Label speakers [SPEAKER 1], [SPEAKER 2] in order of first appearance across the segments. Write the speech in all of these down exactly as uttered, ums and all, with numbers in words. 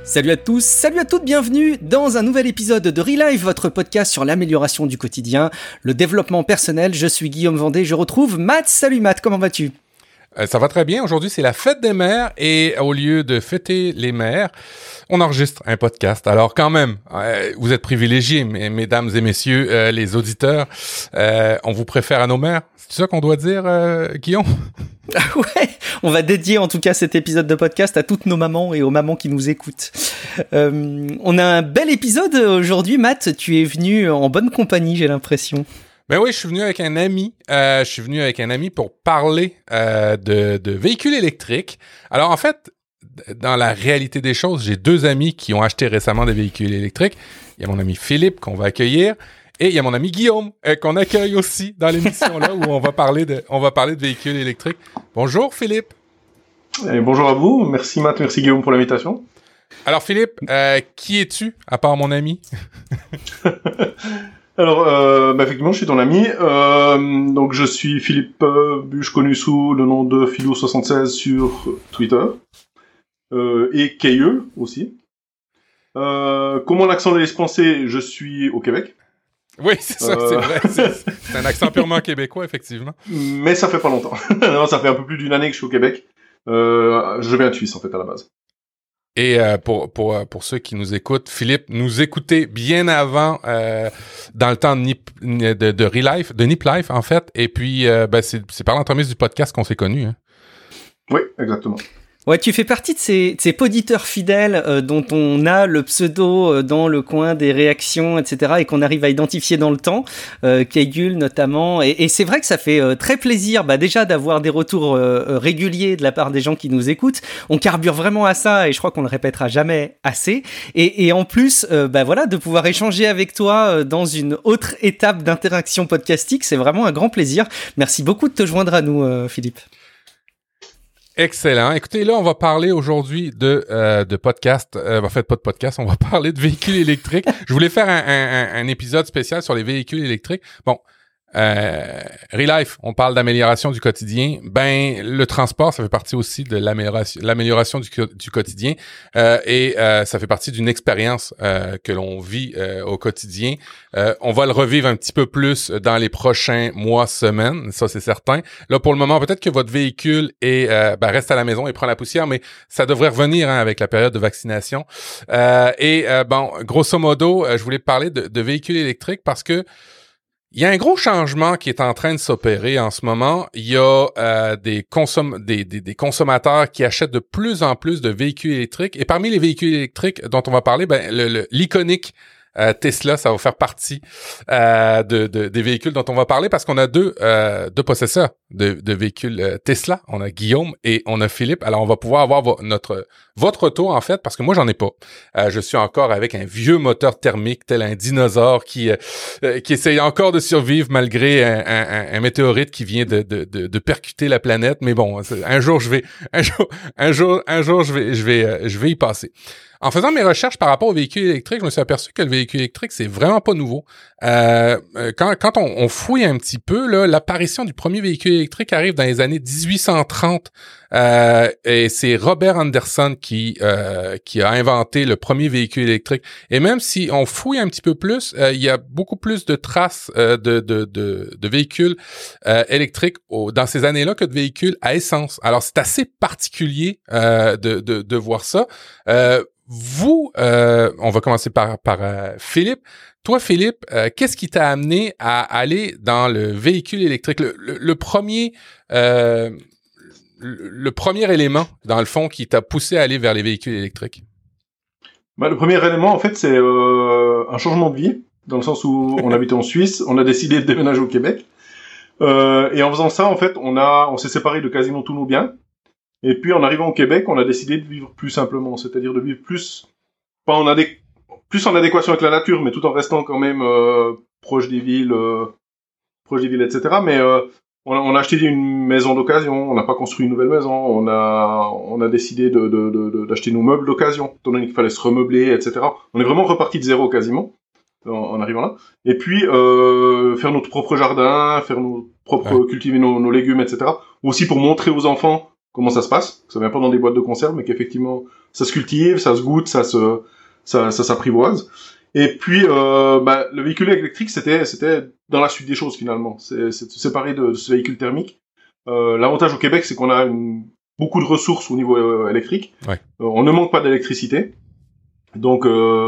[SPEAKER 1] Salut à tous, salut à toutes, bienvenue dans un nouvel épisode de Relife, votre podcast sur l'amélioration du quotidien, le développement personnel. Je suis Guillaume Vendée, je retrouve Matt. Salut Matt, comment vas-tu ?
[SPEAKER 2] Euh, ça va très bien. Aujourd'hui, c'est la fête des mères et au lieu de fêter les mères, on enregistre un podcast. Alors quand même, euh, vous êtes privilégiés, mes, mesdames et messieurs, euh, les auditeurs. Euh, on vous préfère à nos mères. C'est ça qu'on doit dire, euh, Guillaume?
[SPEAKER 1] Ah ouais, on va dédier en tout cas cet épisode de podcast à toutes nos mamans et aux mamans qui nous écoutent. Euh, on a un bel épisode aujourd'hui, Matt. Tu es venu en bonne compagnie, j'ai l'impression.
[SPEAKER 2] Ben oui, je suis venu avec un ami. Euh, je suis venu avec un ami pour parler euh, de, de véhicules électriques. Alors en fait, dans la réalité des choses, j'ai deux amis qui ont acheté récemment des véhicules électriques. Il y a mon ami Philippe qu'on va accueillir. Et il y a mon ami Guillaume, euh, qu'on accueille aussi dans l'émission là où on va parler de, on va parler de véhicules électriques. Bonjour Philippe.
[SPEAKER 3] Et bonjour à vous. Merci Matt, merci Guillaume pour l'invitation.
[SPEAKER 2] Alors Philippe, euh, qui es-tu à part mon ami?
[SPEAKER 3] Alors, euh, bah, effectivement, je suis ton ami. Euh, donc, je suis Philippe euh, Buche, connu sous le nom de Philo soixante-seize sur Twitter. Euh, et Keyeux aussi. Euh, comme mon accent le laisse penser, je suis au Québec.
[SPEAKER 2] Oui, c'est ça, euh... c'est vrai. C'est, c'est un accent purement québécois, effectivement.
[SPEAKER 3] Mais ça fait pas longtemps. Non, ça fait un peu plus d'une année que je suis au Québec. Euh, je viens de Suisse, en fait, à la base.
[SPEAKER 2] Et euh, pour pour pour ceux qui nous écoutent, Philippe nous écoutait bien avant euh, dans le temps de Nip, de, de Relife, de Nip Life en fait. Et puis euh, ben c'est c'est par l'entremise du podcast qu'on s'est connus. Hein.
[SPEAKER 3] Oui, exactement.
[SPEAKER 1] Ouais, tu fais partie de ces, de ces poditeurs fidèles euh, dont on a le pseudo euh, dans le coin des réactions, et cetera, et qu'on arrive à identifier dans le temps, euh, Keigul notamment. Et, et c'est vrai que ça fait euh, très plaisir, bah, déjà d'avoir des retours euh, réguliers de la part des gens qui nous écoutent. On carbure vraiment à ça, et je crois qu'on le répétera jamais assez. Et, et en plus, euh, bah voilà, de pouvoir échanger avec toi euh, dans une autre étape d'interaction podcastique, c'est vraiment un grand plaisir. Merci beaucoup de te joindre à nous, euh, Philippe.
[SPEAKER 2] Excellent. Écoutez, là, on va parler aujourd'hui de euh, de podcast. Euh, en fait, pas de podcast, on va parler de véhicules électriques. Je voulais faire un, un, un épisode spécial sur les véhicules électriques. Bon, euh, Relife, on parle d'amélioration du quotidien. Ben, le transport, ça fait partie aussi de l'amélioration, l'amélioration du, du quotidien. Euh, et euh, ça fait partie d'une expérience euh, que l'on vit euh, au quotidien. Euh, on va le revivre un petit peu plus dans les prochains mois, semaines, ça c'est certain. Là, pour le moment, peut-être que votre véhicule est, euh, ben, reste à la maison et prend la poussière, mais ça devrait revenir hein, avec la période de vaccination. Euh, et euh, bon, grosso modo, euh, je voulais parler de, de véhicules électriques parce que il y a un gros changement qui est en train de s'opérer en ce moment. Il y a euh, des, consom- des, des, des consommateurs qui achètent de plus en plus de véhicules électriques. Et parmi les véhicules électriques dont on va parler, ben le, le, l'iconique euh, Tesla, ça va faire partie euh, de, de, des véhicules dont on va parler parce qu'on a deux, euh, deux possesseurs de, de véhicules euh, Tesla. On a Guillaume et on a Philippe. Alors, on va pouvoir avoir vo- notre votre retour, en fait, parce que moi, j'en ai pas. Euh, je suis encore avec un vieux moteur thermique, tel un dinosaure qui euh, qui essaye encore de survivre malgré un, un, un météorite qui vient de, de, de, de percuter la planète. Mais bon, un jour, je vais, un jour, un jour, un jour, je vais, je vais, euh, je vais y passer. En faisant mes recherches par rapport aux véhicules électriques, je me suis aperçu que le véhicule électrique, c'est vraiment pas nouveau. Euh, quand quand on, on fouille un petit peu, là, l'apparition du premier véhicule électrique arrive dans les années dix-huit cent trente. Euh, et c'est Robert Anderson qui euh, qui a inventé le premier véhicule électrique. Et même si on fouille un petit peu plus, euh, il y a beaucoup plus de traces euh, de, de de de véhicules euh, électriques au, dans ces années-là que de véhicules à essence. Alors c'est assez particulier euh, de, de de voir ça. Euh, Vous, euh, on va commencer par, par euh, Philippe. Toi, Philippe, euh, qu'est-ce qui t'a amené à aller dans le véhicule électrique? Le, le, le premier, euh, le, le premier élément, dans le fond, qui t'a poussé à aller vers les véhicules électriques?
[SPEAKER 3] Bah, le premier élément, en fait, c'est euh, un changement de vie, dans le sens où on habitait en Suisse, on a décidé de déménager au Québec. Euh, et en faisant ça, en fait, on a, on s'est séparé de quasiment tous nos biens. Et puis, en arrivant au Québec, on a décidé de vivre plus simplement, c'est-à-dire de vivre plus, pas en adé- plus en adéquation avec la nature, mais tout en restant quand même euh, proche des villes, euh, proche des villes, et cetera. Mais euh, on, a, on a acheté une maison d'occasion, on n'a pas construit une nouvelle maison, on a, on a décidé de, de, de, de, d'acheter nos meubles d'occasion, étant donné qu'il fallait se remeubler, et cetera. On est vraiment reparti de zéro quasiment en, en arrivant là. Et puis euh, faire notre propre jardin, faire nos propres, ouais. cultiver nos, nos légumes, et cetera. Aussi pour montrer aux enfants comment ça se passe, que ça vient pas dans des boîtes de conserve, mais qu'effectivement, ça se cultive, ça se goûte, ça se, ça, ça s'apprivoise. Et puis, euh, bah, le véhicule électrique, c'était, c'était dans la suite des choses finalement. C'est, c'est séparé de, de ce véhicule thermique. Euh, l'avantage au Québec, c'est qu'on a une, beaucoup de ressources au niveau euh, électrique.
[SPEAKER 2] Ouais.
[SPEAKER 3] Euh, on ne manque pas d'électricité. Donc,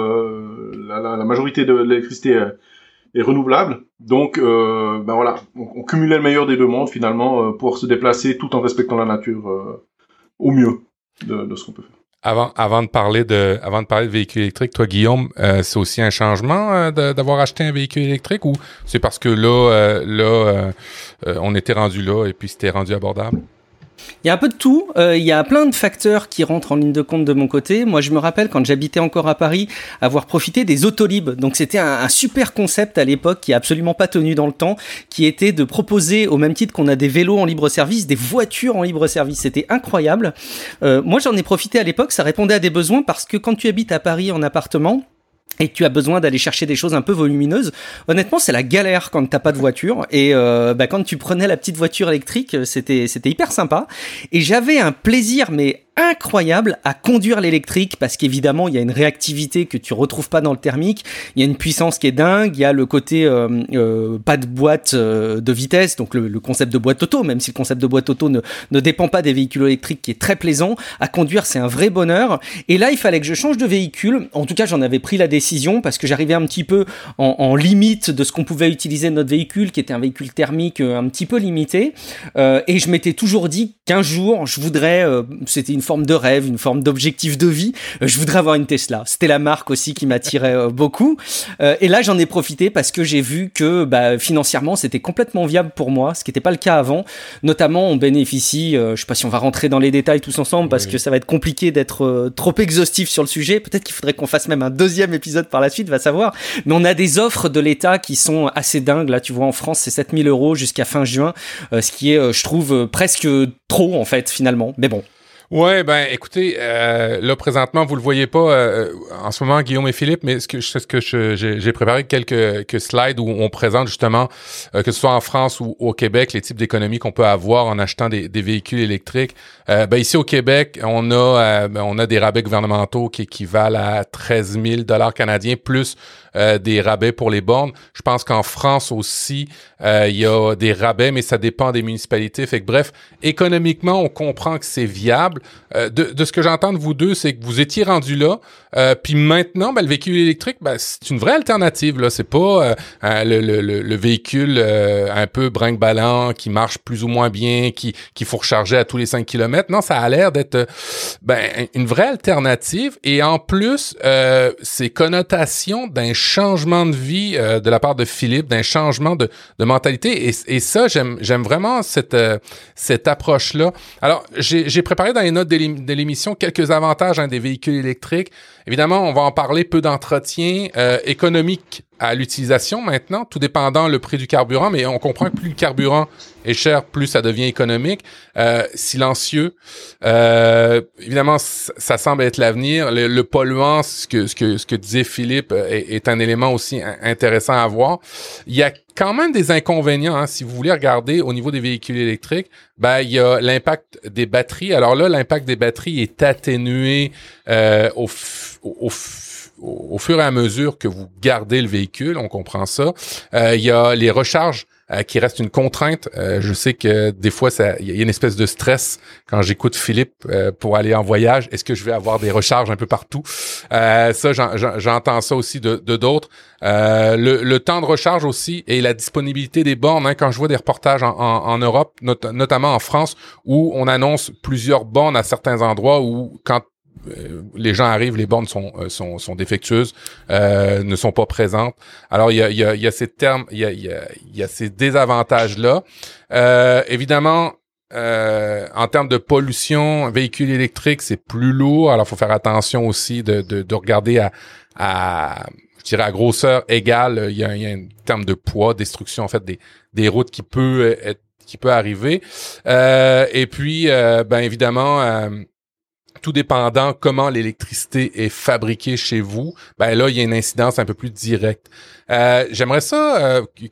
[SPEAKER 3] euh, la, la, la majorité de l'électricité est, est renouvelable. Donc, euh, ben voilà, on, on cumulait le meilleur des deux mondes finalement euh, pour se déplacer tout en respectant la nature euh, au mieux de, de ce qu'on peut faire.
[SPEAKER 2] Avant, avant de parler de, avant de parler de véhicules électriques, toi, Guillaume, euh, c'est aussi un changement euh, de, d'avoir acheté un véhicule électrique ou c'est parce que là, euh, là, euh, euh, on était rendu là et puis c'était rendu abordable?
[SPEAKER 1] Il y a un peu de tout. Euh, il y a plein de facteurs qui rentrent en ligne de compte de mon côté. Moi, je me rappelle quand j'habitais encore à Paris, avoir profité des Autolib. Donc, c'était un, un super concept à l'époque qui a absolument pas tenu dans le temps, qui était de proposer, au même titre qu'on a des vélos en libre service, des voitures en libre service. C'était incroyable. Euh, moi, j'en ai profité à l'époque. Ça répondait à des besoins parce que quand tu habites à Paris en appartement, et que tu as besoin d'aller chercher des choses un peu volumineuses, honnêtement, c'est la galère quand t'as pas de voiture. Et euh, bah, quand tu prenais la petite voiture électrique, c'était c'était hyper sympa. Et j'avais un plaisir, mais incroyable à conduire l'électrique parce qu'évidemment il y a une réactivité que tu retrouves pas dans le thermique, il y a une puissance qui est dingue, il y a le côté euh, euh, pas de boîte euh, de vitesse, donc le, le concept de boîte auto, même si le concept de boîte auto ne, ne dépend pas des véhicules électriques, qui est très plaisant à conduire, c'est un vrai bonheur. Et là il fallait que je change de véhicule, en tout cas j'en avais pris la décision parce que j'arrivais un petit peu en, en limite de ce qu'on pouvait utiliser de notre véhicule, qui était un véhicule thermique euh, un petit peu limité, euh, et je m'étais toujours dit qu'un jour je voudrais, euh, c'était une forme de rêve, une forme d'objectif de vie. Euh, je voudrais avoir une Tesla. C'était la marque aussi qui m'attirait euh, beaucoup. Euh, et là, j'en ai profité parce que j'ai vu que bah, financièrement, c'était complètement viable pour moi, ce qui n'était pas le cas avant. Notamment, on bénéficie, euh, je sais pas si on va rentrer dans les détails tous ensemble parce oui. que ça va être compliqué d'être euh, trop exhaustif sur le sujet. Peut-être qu'il faudrait qu'on fasse même un deuxième épisode par la suite, va savoir. Mais on a des offres de l'État qui sont assez dingues. Là, tu vois, en France, c'est sept mille euros jusqu'à fin juin, euh, ce qui est, euh, je trouve, euh, presque trop en fait, finalement. Mais bon.
[SPEAKER 2] Ouais, ben écoutez, euh, là présentement vous le voyez pas euh, en ce moment Guillaume et Philippe, mais ce que ce que je, j'ai, j'ai préparé quelques, quelques slides où on présente justement euh, que ce soit en France ou au Québec les types d'économies qu'on peut avoir en achetant des, des véhicules électriques. Euh, ben ici au Québec, on a euh, ben, on a des rabais gouvernementaux qui équivalent à treize mille dollars canadiens plus euh, des rabais pour les bornes. Je pense qu'en France aussi euh, il y a des rabais, mais ça dépend des municipalités. Fait que bref, économiquement on comprend que c'est viable. Euh, de, de ce que j'entends de vous deux, c'est que vous étiez rendu là, euh, puis maintenant, ben, le véhicule électrique, ben, c'est une vraie alternative. Là, c'est pas euh, le, le, le véhicule euh, un peu brinque-ballant qui marche plus ou moins bien, qui qu'il faut recharger à tous les cinq kilomètres. Non, ça a l'air d'être ben une vraie alternative. Et en plus, euh, ces connotations d'un changement de vie euh, de la part de Philippe, d'un changement de, de mentalité. Et, et ça, j'aime j'aime vraiment cette euh, cette approche-là. Alors, j'ai, j'ai préparé dans les notes de l'émission quelques avantages hein, des véhicules électriques. Évidemment, on va en parler, peu d'entretien euh, économique à l'utilisation maintenant, tout dépendant le prix du carburant, mais on comprend que plus le carburant est cher, plus ça devient économique. Euh, silencieux. Euh, évidemment, c- ça semble être l'avenir. Le, le polluant, ce que, ce que, ce que disait Philippe, est, est un élément aussi intéressant à voir. Il y a quand même des inconvénients, hein, si vous voulez regarder au niveau des véhicules électriques, ben il y a l'impact des batteries. Alors là, l'impact des batteries est atténué euh, au, f- au, f- au fur et à mesure que vous gardez le véhicule, on comprend ça. Euh, il y a les recharges euh, qui restent une contrainte. Euh, je sais que des fois, ça, il y a une espèce de stress quand j'écoute Philippe euh, pour aller en voyage. Est-ce que je vais avoir des recharges un peu partout? Euh, ça, j'en, j'en, j'entends ça aussi de, de d'autres. Euh, le, le temps de recharge aussi et la disponibilité des bornes. Hein, quand je vois des reportages en, en, en Europe, not, notamment en France, où on annonce plusieurs bornes à certains endroits où quand Euh, les gens arrivent, les bornes sont euh, sont, sont défectueuses, euh, ne sont pas présentes. Alors il y a il y a il y a ces termes, il y a il y a il y a ces désavantages là. Euh, évidemment, euh, en termes de pollution, un véhicule électrique c'est plus lourd. Alors faut faire attention aussi de de, de regarder à à je dirais à grosseur égale. Il y a il y a un terme de poids, destruction en fait des des routes qui peut être qui peut arriver. Euh, et puis euh, ben évidemment euh, tout dépendant comment l'électricité est fabriquée chez vous, ben là, il y a une incidence un peu plus directe. Euh, j'aimerais ça euh,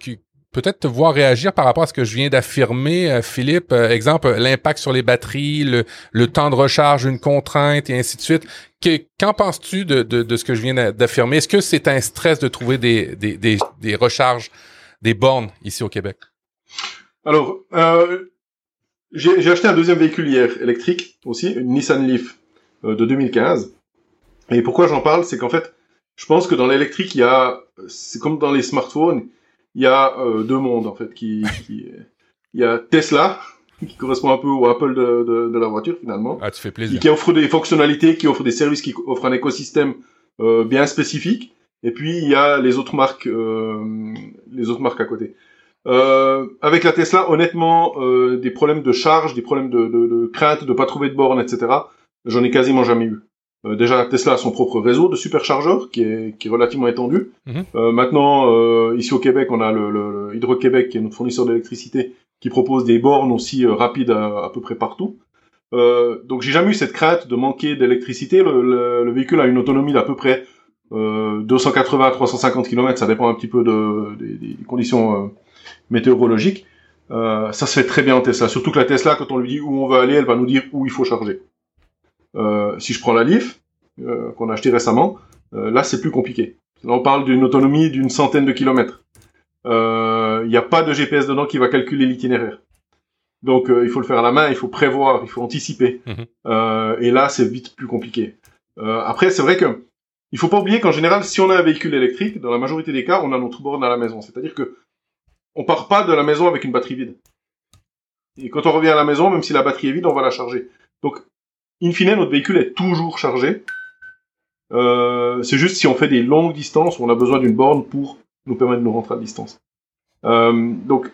[SPEAKER 2] peut-être te voir réagir par rapport à ce que je viens d'affirmer, euh, Philippe. Euh, exemple, l'impact sur les batteries, le, le temps de recharge, une contrainte et ainsi de suite. Que, qu'en penses-tu de, de, de ce que je viens d'affirmer? Est-ce que c'est un stress de trouver des, des, des, des recharges, des bornes ici au Québec?
[SPEAKER 3] Alors, euh, j'ai, j'ai acheté un deuxième véhicule hier, électrique aussi, une Nissan Leaf euh, de deux mille quinze. Et pourquoi j'en parle, c'est qu'en fait, je pense que dans l'électrique, il y a, c'est comme dans les smartphones, il y a euh, deux mondes en fait. Qui, qui, il y a Tesla, qui correspond un peu au Apple de, de, de la voiture finalement,
[SPEAKER 2] ah, tu fais plaisir.
[SPEAKER 3] qui offre des fonctionnalités, qui offre des services, qui offre un écosystème euh, bien spécifique. Et puis il y a les autres marques, euh, les autres marques à côté. Euh, avec la Tesla, honnêtement, euh, des problèmes de charge, des problèmes de, de, de crainte de pas trouver de borne, et cetera. J'en ai quasiment jamais eu. Euh, déjà, Tesla a son propre réseau de superchargeurs qui est, qui est relativement étendu. Mm-hmm. Euh, maintenant, euh, ici au Québec, on a le, le, le Hydro-Québec, qui est notre fournisseur d'électricité, qui propose des bornes aussi euh, rapides à, à peu près partout. Euh, donc, j'ai jamais eu cette crainte de manquer d'électricité. Le, le, le véhicule a une autonomie d'à peu près euh, deux cent quatre-vingts à trois cent cinquante kilomètres. Ça dépend un petit peu de, des, des conditions euh, météorologiques. Euh, ça se fait très bien en Tesla. Surtout que la Tesla, quand on lui dit où on veut aller, elle va nous dire où il faut charger. Euh, si je prends la Leaf, euh, qu'on a acheté récemment, euh, là c'est plus compliqué. Là on parle d'une autonomie d'une centaine de kilomètres. Il euh, n'y a pas de G P S dedans qui va calculer l'itinéraire. Donc euh, il faut le faire à la main, il faut prévoir, il faut anticiper. Mmh. Euh, et là c'est vite plus compliqué. Euh, après c'est vrai que il faut pas oublier qu'en général si on a un véhicule électrique, dans la majorité des cas on a notre borne à la maison. C'est-à-dire que on part pas de la maison avec une batterie vide. Et quand on revient à la maison, même si la batterie est vide, on va la charger. Donc in fine, notre véhicule est toujours chargé. Euh, c'est juste si on fait des longues distances où on a besoin d'une borne pour nous permettre de nous rentrer à distance. Euh, donc,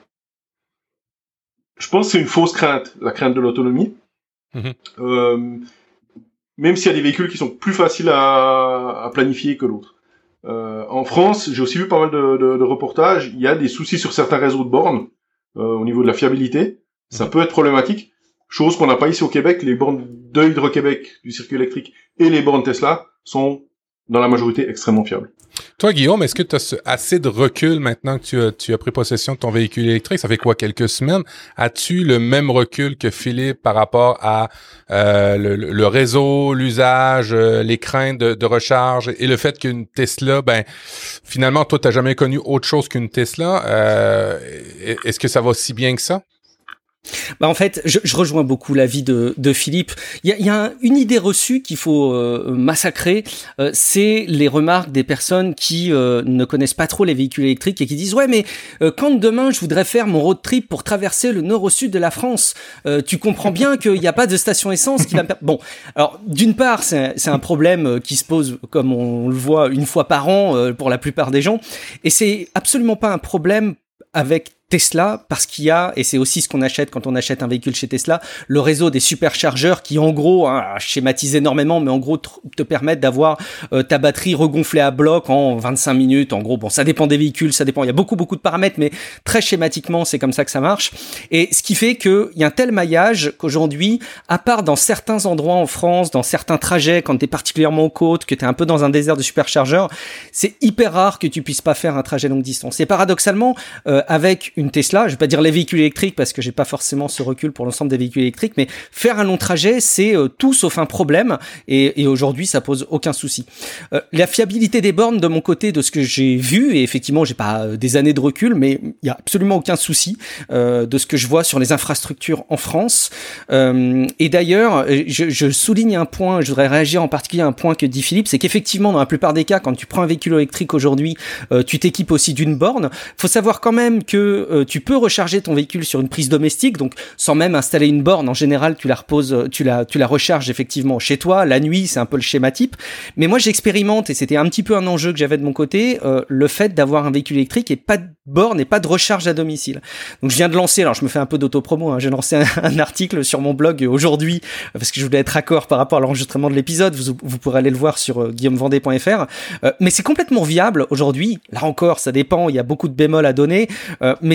[SPEAKER 3] je pense que c'est une fausse crainte, la crainte de l'autonomie. Mmh. Euh, même s'il y a des véhicules qui sont plus faciles à, à planifier que d'autres. Euh, en France, j'ai aussi vu pas mal de, de, de reportages. Il y a des soucis sur certains réseaux de bornes euh, au niveau de la fiabilité. Ça mmh. peut être problématique. Chose qu'on n'a pas ici au Québec, les bornes de Hydro-Québec du circuit électrique et les bornes Tesla sont dans la majorité extrêmement fiables.
[SPEAKER 2] Toi, Guillaume, est-ce que tu as assez de recul maintenant que tu as, tu as pris possession de ton véhicule électrique? Ça fait quoi, quelques semaines? As-tu le même recul que Philippe par rapport à euh, le, le réseau, l'usage, euh, les craintes de, de recharge et le fait qu'une Tesla, ben finalement, toi, tu n'as jamais connu autre chose qu'une Tesla. Euh, est-ce que ça va aussi bien que ça?
[SPEAKER 1] Bah en fait, je, je rejoins beaucoup l'avis de, de Philippe. Il y a, il y a un, une idée reçue qu'il faut euh, massacrer, euh, c'est les remarques des personnes qui euh, ne connaissent pas trop les véhicules électriques et qui disent « Ouais, mais euh, quand demain je voudrais faire mon road trip pour traverser le nord-au-sud de la France, euh, tu comprends bien qu'il n'y a pas de station essence qui va me... » Bon, alors d'une part, c'est, c'est un problème qui se pose, comme on le voit, une fois par an euh, pour la plupart des gens, et c'est absolument pas un problème avec Tesla, parce qu'il y a, et c'est aussi ce qu'on achète quand on achète un véhicule chez Tesla, le réseau des superchargeurs qui en gros, hein, schématise énormément, mais en gros te, te permettent d'avoir euh, ta batterie regonflée à bloc en vingt-cinq minutes. En gros, bon, ça dépend des véhicules, ça dépend, il y a beaucoup beaucoup de paramètres, mais très schématiquement, c'est comme ça que ça marche. Et ce qui fait qu'il y a un tel maillage qu'aujourd'hui, à part dans certains endroits en France, dans certains trajets, quand t'es particulièrement aux côtes, que t'es un peu dans un désert de superchargeurs, c'est hyper rare que tu puisses pas faire un trajet longue distance. Et paradoxalement, euh, avec une Tesla, je vais pas dire les véhicules électriques parce que j'ai pas forcément ce recul pour l'ensemble des véhicules électriques, mais faire un long trajet, c'est euh, tout sauf un problème, et, et aujourd'hui ça pose aucun souci. Euh, la fiabilité des bornes de mon côté, de ce que j'ai vu, et effectivement j'ai pas euh, des années de recul, mais il y a absolument aucun souci euh, de ce que je vois sur les infrastructures en France. Euh, et d'ailleurs, je, je souligne un point, je voudrais réagir en particulier à un point que dit Philippe, c'est qu'effectivement dans la plupart des cas, quand tu prends un véhicule électrique aujourd'hui, euh, tu t'équipes aussi d'une borne. Faut savoir quand même que Euh, tu peux recharger ton véhicule sur une prise domestique, donc sans même installer une borne. En général, tu la reposes, tu la, tu la recharges effectivement chez toi. La nuit, c'est un peu le schéma type. Mais moi, j'expérimente, et c'était un petit peu un enjeu que j'avais de mon côté, euh, le fait d'avoir un véhicule électrique et pas de borne et pas de recharge à domicile. Donc, je viens de lancer, alors je me fais un peu d'autopromo, hein, j'ai lancé un, un article sur mon blog aujourd'hui, parce que je voulais être raccord par rapport à l'enregistrement de l'épisode. Vous, vous pourrez aller le voir sur euh, guillaume vendée point f r. Euh, mais c'est complètement viable aujourd'hui. Là encore, ça dépend, il y a beaucoup de bémols à donner. Euh, mais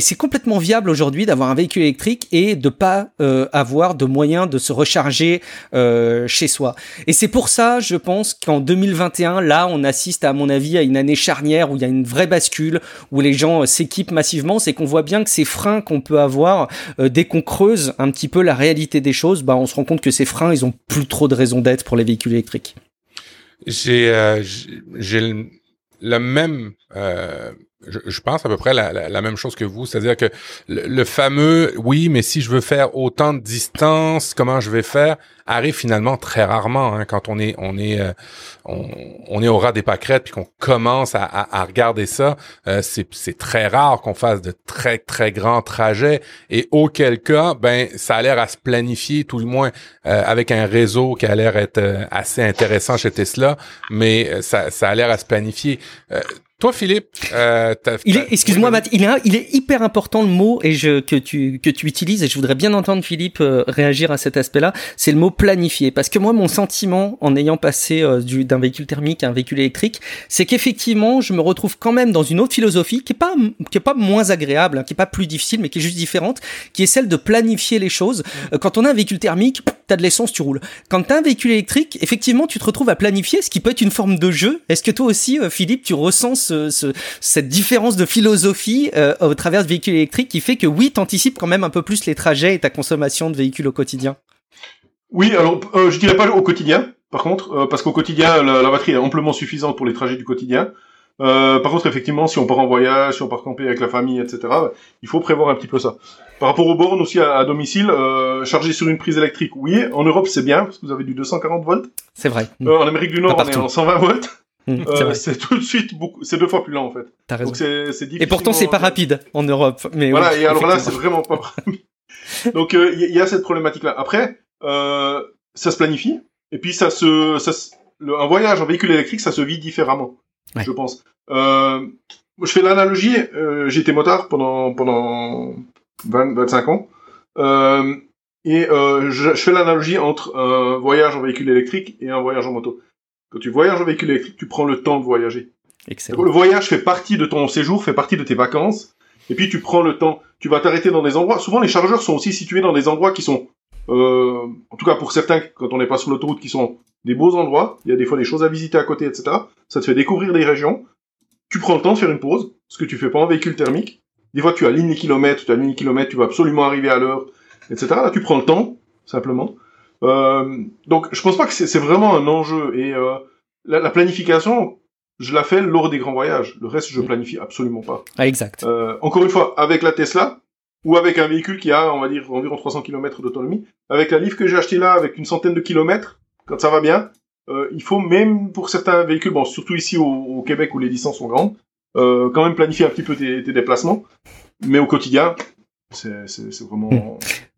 [SPEAKER 1] c'est complètement viable aujourd'hui d'avoir un véhicule électrique et de pas euh, avoir de moyens de se recharger euh, chez soi. Et c'est pour ça, je pense qu'en deux mille vingt et un, là, on assiste à mon avis à une année charnière où il y a une vraie bascule, où les gens euh, s'équipent massivement. C'est qu'on voit bien que ces freins qu'on peut avoir euh, dès qu'on creuse un petit peu la réalité des choses, bah on se rend compte que ces freins, ils ont plus trop de raison d'être pour les véhicules électriques.
[SPEAKER 2] J'ai euh, j'ai le, le même euh, je, je pense à peu près la, la, la même chose que vous, c'est-à-dire que le, le fameux oui, mais si je veux faire autant de distance, comment je vais faire, arrive finalement très rarement hein, quand on est on est euh, on, on est au ras des pâquerettes puis qu'on commence à, à, à regarder ça, euh, c'est c'est très rare qu'on fasse de très très grands trajets et auquel cas ben ça a l'air à se planifier tout le moins euh, avec un réseau qui a l'air être euh, assez intéressant chez Tesla, mais euh, ça ça a l'air à se planifier. Euh, Toi, Philippe, euh, t'as,
[SPEAKER 1] il est,
[SPEAKER 2] t'as,
[SPEAKER 1] excuse-moi,
[SPEAKER 2] oui,
[SPEAKER 1] Matt, il est, il est hyper important le mot et je, que tu, que tu utilises et je voudrais bien entendre Philippe euh, réagir à cet aspect-là. C'est le mot planifier. Parce que moi, mon sentiment en ayant passé euh, du, d'un véhicule thermique à un véhicule électrique, c'est qu'effectivement, je me retrouve quand même dans une autre philosophie qui est pas, qui est pas moins agréable, hein, qui est pas plus difficile, mais qui est juste différente, qui est celle de planifier les choses. Euh, quand on a un véhicule thermique, t'as de l'essence, tu roules. Quand t'as un véhicule électrique, effectivement, tu te retrouves à planifier, ce qui peut être une forme de jeu. Est-ce que toi aussi, euh, Philippe, tu ressens ce, ce, cette différence de philosophie euh, au travers de véhicules électriques qui fait que oui, t'anticipes quand même un peu plus les trajets et ta consommation de véhicules au quotidien?
[SPEAKER 3] Oui, alors euh, je dirais pas au quotidien, par contre, euh, parce qu'au quotidien, la, la batterie est amplement suffisante pour les trajets du quotidien. Euh, par contre, effectivement, si on part en voyage, si on part camper avec la famille, et cetera, il faut prévoir un petit peu ça. Par rapport aux bornes aussi à, à domicile, euh, charger sur une prise électrique, oui. En Europe, c'est bien, parce que vous avez du deux cent quarante volts.
[SPEAKER 1] C'est vrai.
[SPEAKER 3] Euh, en Amérique du Nord, on est en cent vingt volts.
[SPEAKER 1] Mmh,
[SPEAKER 3] euh,
[SPEAKER 1] c'est,
[SPEAKER 3] c'est tout de suite beaucoup, c'est deux fois plus lent en fait.
[SPEAKER 1] T'as raison.
[SPEAKER 3] Donc c'est, c'est difficile.
[SPEAKER 1] Et pourtant, c'est pas rapide en Europe. Mais
[SPEAKER 3] voilà,
[SPEAKER 1] oui,
[SPEAKER 3] et alors là, c'est vraiment pas rapide. Donc il euh, y, y a cette problématique-là. Après, euh, ça se planifie, et puis ça se, ça se, le, un voyage en véhicule électrique, ça se vit différemment, ouais. Je pense. Euh, je fais l'analogie, euh, j'ai été motard pendant pendant vingt, vingt-cinq ans, euh, et euh, je, je fais l'analogie entre un voyage en véhicule électrique et un voyage en moto. Quand tu voyages en véhicule électrique, tu prends le temps de voyager.
[SPEAKER 1] Excellent.
[SPEAKER 3] Le voyage fait partie de ton séjour, fait partie de tes vacances, et puis tu prends le temps. Tu vas t'arrêter dans des endroits. Souvent, les chargeurs sont aussi situés dans des endroits qui sont, euh, en tout cas pour certains, quand on n'est pas sur l'autoroute, qui sont des beaux endroits. Il y a des fois des choses à visiter à côté, et cetera. Ça te fait découvrir des régions. Tu prends le temps de faire une pause, ce que tu fais pas en véhicule thermique. Des fois, tu alignes les kilomètres, tu alignes les kilomètres, tu vas absolument arriver à l'heure, et cetera. Là, tu prends le temps, simplement. Euh, donc, je pense pas que c'est, c'est vraiment un enjeu. Et euh, la, la planification, je la fais lors des grands voyages. Le reste, je planifie absolument pas.
[SPEAKER 1] Ah, exact.
[SPEAKER 3] Euh, encore une fois, avec la Tesla, ou avec un véhicule qui a, on va dire, environ trois cents kilomètres d'autonomie, avec la Leaf que j'ai acheté là, avec une centaine de kilomètres, quand ça va bien, euh, il faut même pour certains véhicules, bon, surtout ici au, au Québec où les distances sont grandes, euh, quand même planifier un petit peu tes, tes déplacements. Mais au quotidien, c'est, c'est, c'est vraiment...
[SPEAKER 1] Mmh.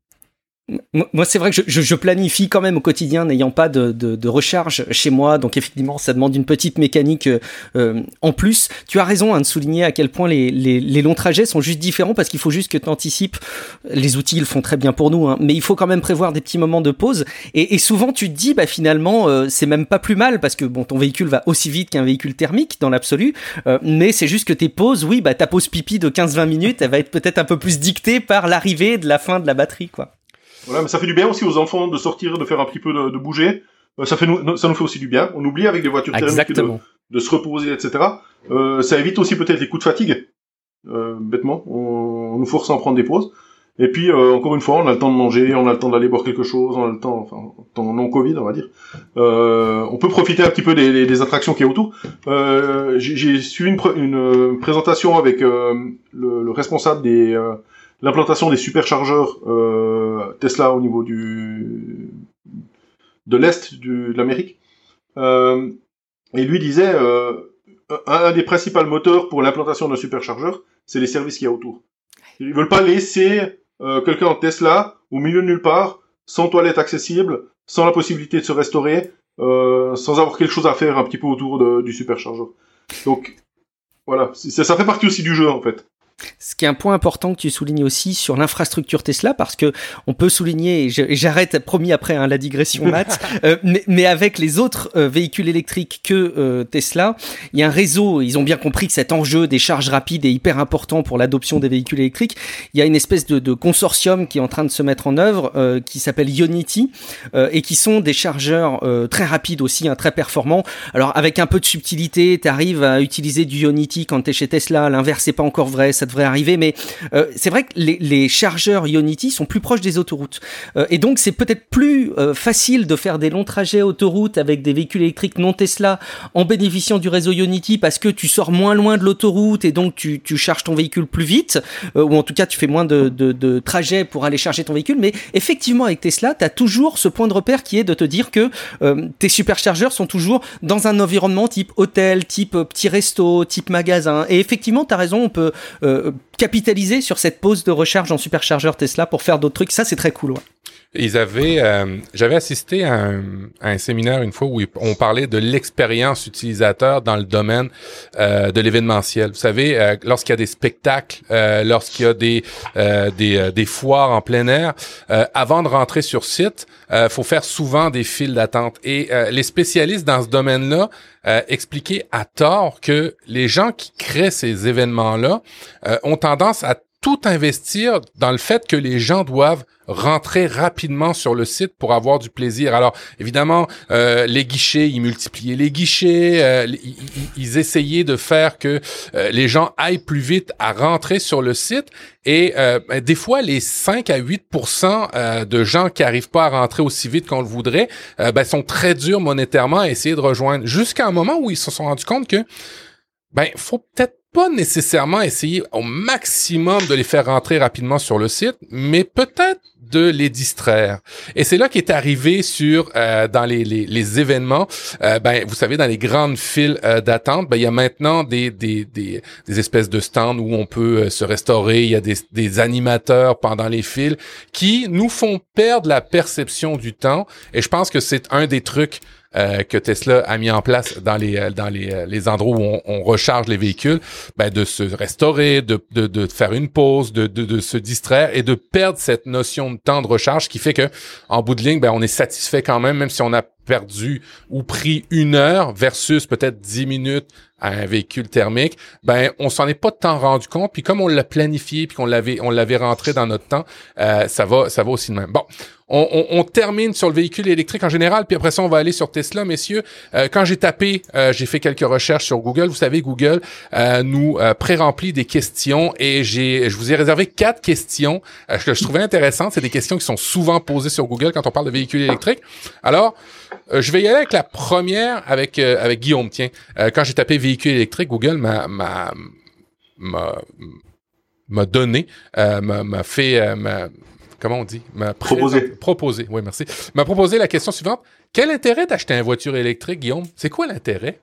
[SPEAKER 1] Moi, c'est vrai que je, je, je planifie quand même au quotidien, n'ayant pas de, de, de recharge chez moi. Donc, effectivement, ça demande une petite mécanique euh, en plus. Tu as raison hein, de souligner à quel point les, les, les longs trajets sont juste différents parce qu'il faut juste que tu anticipes. Les outils, ils le font très bien pour nous, hein, mais il faut quand même prévoir des petits moments de pause. Et, et souvent, tu te dis, bah finalement, euh, c'est même pas plus mal parce que bon, ton véhicule va aussi vite qu'un véhicule thermique dans l'absolu. Euh, mais c'est juste que tes pauses, oui, bah ta pause pipi de quinze vingt minutes, elle va être peut-être un peu plus dictée par l'arrivée de la fin de la batterie, quoi.
[SPEAKER 3] Voilà, mais ça fait du bien aussi aux enfants de sortir, de faire un petit peu de, de bouger. Euh, ça fait nous, ça nous fait aussi du bien. On oublie avec des voitures thermiques de, de se reposer, et cetera. Euh, ça évite aussi peut-être les coups de fatigue. Euh, bêtement, on, on nous force à en prendre des pauses. Et puis euh, encore une fois, on a le temps de manger, on a le temps d'aller boire quelque chose, on a le temps, enfin, temps non Covid, on va dire. Euh, on peut profiter un petit peu des, des, des attractions qu'il y a autour. Euh, j'ai, j'ai suivi une, pr- une présentation avec euh, le, le responsable des euh, l'implantation des superchargeurs euh, Tesla au niveau du de l'est du, de l'Amérique. Euh, et lui disait euh, un, un des principaux moteurs pour l'implantation d'un superchargeur, c'est les services qu'il y a autour. Ils veulent pas laisser euh, quelqu'un en Tesla au milieu de nulle part, sans toilette accessible, sans la possibilité de se restaurer, euh, sans avoir quelque chose à faire un petit peu autour de, du superchargeur. Donc voilà, c'est, ça fait partie aussi du jeu en fait.
[SPEAKER 1] Ce qui est un point important que tu soulignes aussi sur l'infrastructure Tesla, parce que on peut souligner, et j'arrête, promis après hein, la digression Matt, euh, mais, mais avec les autres euh, véhicules électriques que euh, Tesla, il y a un réseau, ils ont bien compris que cet enjeu des charges rapides est hyper important pour l'adoption des véhicules électriques. Il y a une espèce de, de consortium qui est en train de se mettre en œuvre, euh, qui s'appelle Ionity, euh, et qui sont des chargeurs euh, très rapides aussi, hein, très performants. Alors avec un peu de subtilité, tu arrives à utiliser du Ionity quand tu es chez Tesla, l'inverse c'est pas encore vrai, ça devrait arriver, mais euh, c'est vrai que les, les chargeurs Ionity sont plus proches des autoroutes. Euh, et donc, c'est peut-être plus euh, facile de faire des longs trajets autoroute avec des véhicules électriques non Tesla en bénéficiant du réseau Ionity parce que tu sors moins loin de l'autoroute et donc tu, tu charges ton véhicule plus vite, euh, ou en tout cas, tu fais moins de, de, de trajets pour aller charger ton véhicule. Mais effectivement, avec Tesla, tu as toujours ce point de repère qui est de te dire que euh, tes superchargeurs sont toujours dans un environnement type hôtel, type petit resto, type magasin. Et effectivement, tu as raison, on peut euh, capitaliser sur cette pause de recharge en superchargeur Tesla pour faire d'autres trucs. Ça, c'est très cool. Ouais.
[SPEAKER 2] Ils avaient, euh, j'avais assisté à un, à un séminaire une fois où on parlait de l'expérience utilisateur dans le domaine euh, de l'événementiel. Vous savez, euh, lorsqu'il y a des spectacles, euh, lorsqu'il y a des euh, des, euh, des foires en plein air, euh, avant de rentrer sur site, euh, faut faire souvent des files d'attente. Et euh, les spécialistes dans ce domaine-là euh, expliquaient à tort que les gens qui créent ces événements-là euh, ont tendance à tout investir dans le fait que les gens doivent rentrer rapidement sur le site pour avoir du plaisir. Alors, évidemment, euh, les guichets, ils multipliaient les guichets, euh, ils, ils essayaient de faire que euh, les gens aillent plus vite à rentrer sur le site. Et euh, des fois, les cinq à huit pour cent euh, de gens qui arrivent pas à rentrer aussi vite qu'on le voudrait, euh, ben, sont très durs monétairement à essayer de rejoindre. Jusqu'à un moment où ils se sont rendus compte que, ben, faut peut-être pas nécessairement essayer au maximum de les faire rentrer rapidement sur le site, mais peut-être de les distraire. Et c'est là qu'est arrivé sur euh, dans les, les, les événements, euh, ben vous savez, dans les grandes files euh, d'attente, ben il y a maintenant des, des des des espèces de stands où on peut euh, se restaurer. Il y a des des animateurs pendant les files qui nous font perdre la perception du temps. Et je pense que c'est un des trucs Euh, que Tesla a mis en place dans les dans les les endroits où on, on recharge les véhicules, ben de se restaurer, de de de faire une pause, de de de se distraire et de perdre cette notion de temps de recharge qui fait que en bout de ligne, ben on est satisfait quand même, même si on a perdu ou pris une heure versus peut-être dix minutes à un véhicule thermique, ben on s'en est pas tant rendu compte. Puis comme on l'a planifié, puis qu'on l'avait on l'avait rentré dans notre temps, euh, ça va ça va aussi de même. Bon, on, on, on termine sur le véhicule électrique en général, puis après ça on va aller sur Tesla, messieurs. Euh, quand j'ai tapé, euh, j'ai fait quelques recherches sur Google. Vous savez, Google euh, nous euh, pré-remplit des questions et j'ai je vous ai réservé quatre questions euh, que je trouvais intéressantes. C'est des questions qui sont souvent posées sur Google quand on parle de véhicules électriques. Alors Euh, je vais y aller avec la première avec euh, avec Guillaume. Tiens, euh, quand j'ai tapé véhicule électrique, Google m'a m'a m'a, m'a donné, euh, m'a, m'a fait, euh, m'a, comment on dit, m'a
[SPEAKER 3] proposé.
[SPEAKER 2] Présent, proposé. Oui, merci. M'a proposé la question suivante. Quel intérêt d'acheter une voiture électrique, Guillaume? C'est quoi l'intérêt?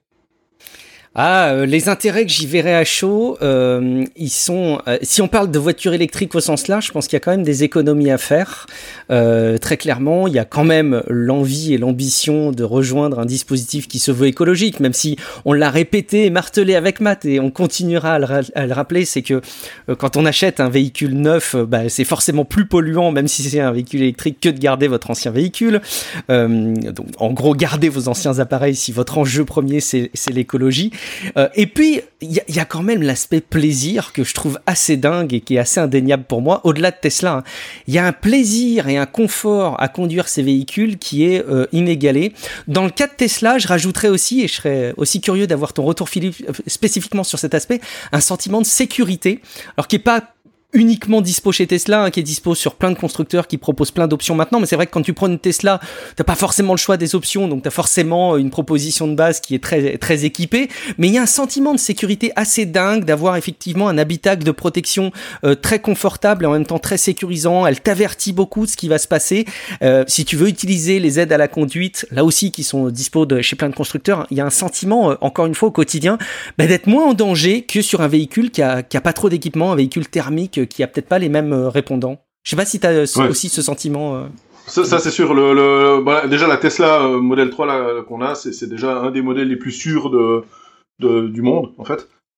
[SPEAKER 1] Ah, euh, les intérêts que j'y verrais à chaud, euh, ils sont. Euh, si on parle de voiture électrique au sens large, je pense qu'il y a quand même des économies à faire. Euh, très clairement, il y a quand même l'envie et l'ambition de rejoindre un dispositif qui se veut écologique, même si on l'a répété et martelé avec Matt et on continuera à le, ra- à le rappeler, c'est que euh, quand on achète un véhicule neuf, euh, bah, c'est forcément plus polluant, même si c'est un véhicule électrique, que de garder votre ancien véhicule. Euh, donc, en gros, gardez vos anciens appareils si votre enjeu premier c'est, c'est l'écologie. Euh, et puis, il y, y a quand même l'aspect plaisir que je trouve assez dingue et qui est assez indéniable pour moi, au-delà de Tesla. Il hein. y a un plaisir et un confort à conduire ces véhicules qui est euh, inégalé. Dans le cas de Tesla, je rajouterais aussi, et je serais aussi curieux d'avoir ton retour, Philippe, spécifiquement sur cet aspect, un sentiment de sécurité, alors qui n'est pas uniquement dispo chez Tesla, hein, qui est dispo sur plein de constructeurs qui proposent plein d'options maintenant, mais c'est vrai que quand tu prends une Tesla, t'as pas forcément le choix des options, donc t'as forcément une proposition de base qui est très très équipée, mais il y a un sentiment de sécurité assez dingue d'avoir effectivement un habitacle de protection euh, très confortable et en même temps très sécurisant. Elle t'avertit beaucoup de ce qui va se passer. Euh, si tu veux utiliser les aides à la conduite, là aussi qui sont dispo de, chez plein de constructeurs, il y a un sentiment, euh, encore une fois au quotidien, bah, d'être moins en danger que sur un véhicule qui a, qui a pas trop d'équipement, un véhicule thermique qui a peut-être pas les mêmes euh, répondants. Je sais pas si tu as euh, ouais. aussi ce sentiment. Euh...
[SPEAKER 3] Ça, ça c'est sûr. Le, le, bah, déjà la Tesla euh, Model trois là, qu'on a, c'est, c'est déjà un des modèles les plus sûrs de, de du monde en fait.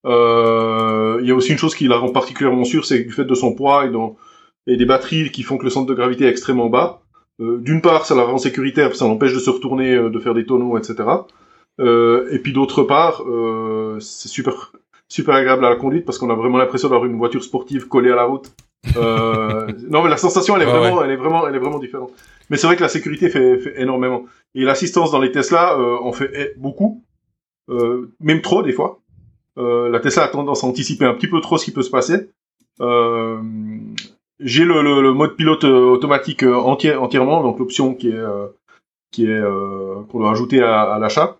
[SPEAKER 3] Euh, il y a aussi une chose qui la rend particulièrement sûre, c'est du fait de son poids et, dans, et des batteries qui font que le centre de gravité est extrêmement bas. Euh, d'une part, ça la rend sécuritaire, ça l'empêche de se retourner, euh, de faire des tonneaux, et cetera. Euh, et puis d'autre part, euh, c'est super, super agréable à la conduite parce qu'on a vraiment l'impression d'avoir une voiture sportive collée à la route. Euh, non, mais la sensation, elle est
[SPEAKER 2] ouais,
[SPEAKER 3] vraiment,
[SPEAKER 2] ouais.
[SPEAKER 3] elle est vraiment, elle est vraiment différente. Mais c'est vrai que la sécurité fait, fait énormément. Et l'assistance dans les Tesla, euh, en fait beaucoup, euh, même trop des fois. Euh, la Tesla a tendance à anticiper un petit peu trop ce qui peut se passer. Euh, j'ai le, le, le mode pilote euh, automatique euh, entier, entièrement, donc l'option qui est euh, qui est euh, qu'on doit ajouter à, à l'achat.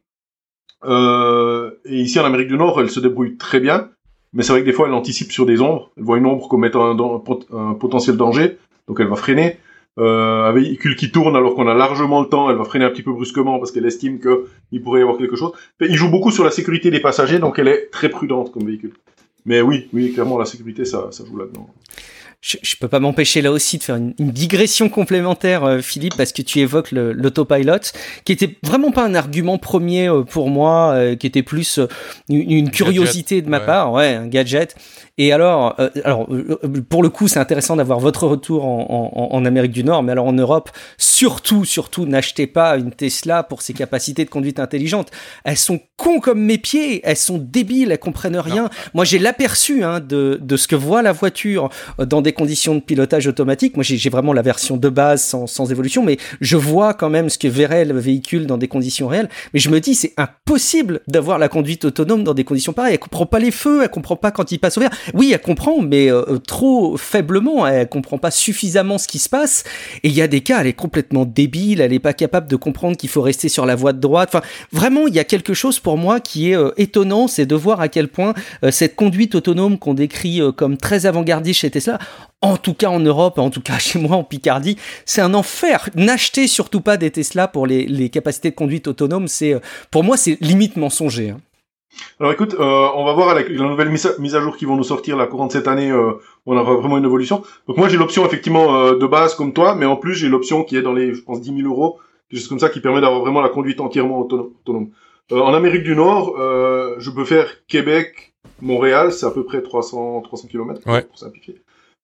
[SPEAKER 3] Euh, et ici en Amérique du Nord, elle se débrouille très bien, mais c'est vrai que des fois elle anticipe sur des ombres. Elle voit une ombre comme étant un, un, un potentiel danger, donc elle va freiner. Euh, un véhicule qui tourne alors qu'on a largement le temps, elle va freiner un petit peu brusquement parce qu'elle estime qu'il pourrait y avoir quelque chose. Mais il joue beaucoup sur la sécurité des passagers, donc elle est très prudente comme véhicule. Mais oui, oui, clairement la sécurité, ça, ça joue là-dedans.
[SPEAKER 1] Je, je peux pas m'empêcher là aussi de faire une, une digression complémentaire, euh, Philippe, parce que tu évoques le, l'autopilot, qui était vraiment pas un argument premier euh, pour moi, euh, qui était plus euh, une, une curiosité
[SPEAKER 2] gadget,
[SPEAKER 1] de ma
[SPEAKER 2] ouais.
[SPEAKER 1] part, ouais, un gadget. Et alors, euh, alors euh, pour le coup, c'est intéressant d'avoir votre retour en, en, en Amérique du Nord, mais alors en Europe, surtout, surtout, n'achetez pas une Tesla pour ses capacités de conduite intelligente. Elles sont cons comme mes pieds, elles sont débiles, elles comprennent rien. Non. Moi, j'ai l'aperçu hein, de, de ce que voit la voiture dans des conditions de pilotage automatique. Moi, j'ai, j'ai vraiment la version de base sans, sans évolution, mais je vois quand même ce que verrait le véhicule dans des conditions réelles. Mais je me dis, c'est impossible d'avoir la conduite autonome dans des conditions pareilles. Elle comprend pas les feux, elle comprend pas quand il passe au vert. Oui, elle comprend, mais euh, trop faiblement. Elle comprend pas suffisamment ce qui se passe. Et il y a des cas, elle est complètement débile. Elle est pas capable de comprendre qu'il faut rester sur la voie de droite. Enfin, vraiment, il y a quelque chose pour moi qui est euh, étonnant, c'est de voir à quel point euh, cette conduite autonome qu'on décrit euh, comme très avant-gardiste chez Tesla, en tout cas en Europe, en tout cas chez moi en Picardie, c'est un enfer. N'achetez surtout pas des Tesla pour les, les capacités de conduite autonome. C'est, pour moi, c'est limite mensonger. Hein.
[SPEAKER 3] Alors écoute, euh, on va voir avec la nouvelle mise à, mise à jour qui vont nous sortir la courant de cette année, euh, on aura vraiment une évolution. Donc moi j'ai l'option effectivement euh, de base comme toi, mais en plus j'ai l'option qui est dans les, je pense, dix mille euros, quelque chose comme ça, qui permet d'avoir vraiment la conduite entièrement autonome. Euh, en Amérique du Nord, euh, je peux faire Québec, Montréal, c'est à peu près trois cents kilomètres,
[SPEAKER 2] ouais.
[SPEAKER 3] pour simplifier.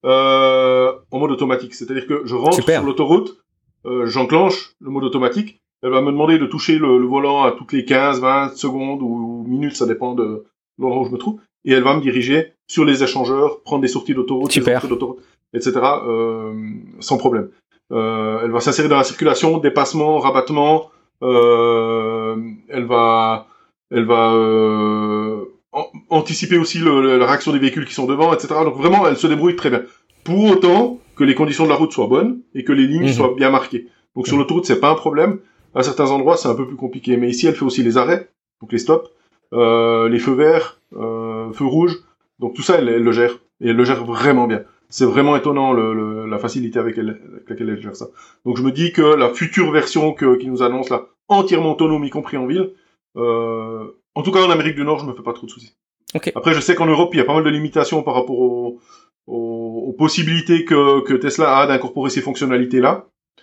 [SPEAKER 3] Euh, en mode automatique, c'est-à-dire que je rentre Super. sur l'autoroute, euh, j'enclenche le mode automatique, elle va me demander de toucher le, le volant à toutes les quinze, vingt secondes ou minutes, ça dépend de l'endroit où je me trouve, et elle va me diriger sur les échangeurs, prendre des sorties d'autoroute, des entrées d'autoroute, et cetera, euh, sans problème. Euh, elle va s'insérer dans la circulation, dépassement, rabattement, euh, elle va, elle va euh, anticiper aussi le, le, la réaction des véhicules qui sont devant, et cetera. Donc vraiment, elle se débrouille très bien. Pour autant que les conditions de la route soient bonnes et que les lignes mmh. soient bien marquées. Donc mmh. sur l'autoroute, c'est pas un problème. À certains endroits, c'est un peu plus compliqué. Mais ici, elle fait aussi les arrêts, donc les stops, euh, les feux verts, euh, feux rouges. Donc tout ça, elle, elle le gère. Et elle le gère vraiment bien. C'est vraiment étonnant le, le, la facilité avec, elle, avec laquelle elle gère ça. Donc je me dis que la future version que, qui nous annonce là, entièrement autonome, y compris en ville, euh, en tout cas en Amérique du Nord, je me fais pas trop de soucis.
[SPEAKER 1] Okay.
[SPEAKER 3] Après, je sais qu'en Europe, il y a pas mal de limitations par rapport aux, aux, aux possibilités que, que Tesla a d'incorporer ces fonctionnalités-là.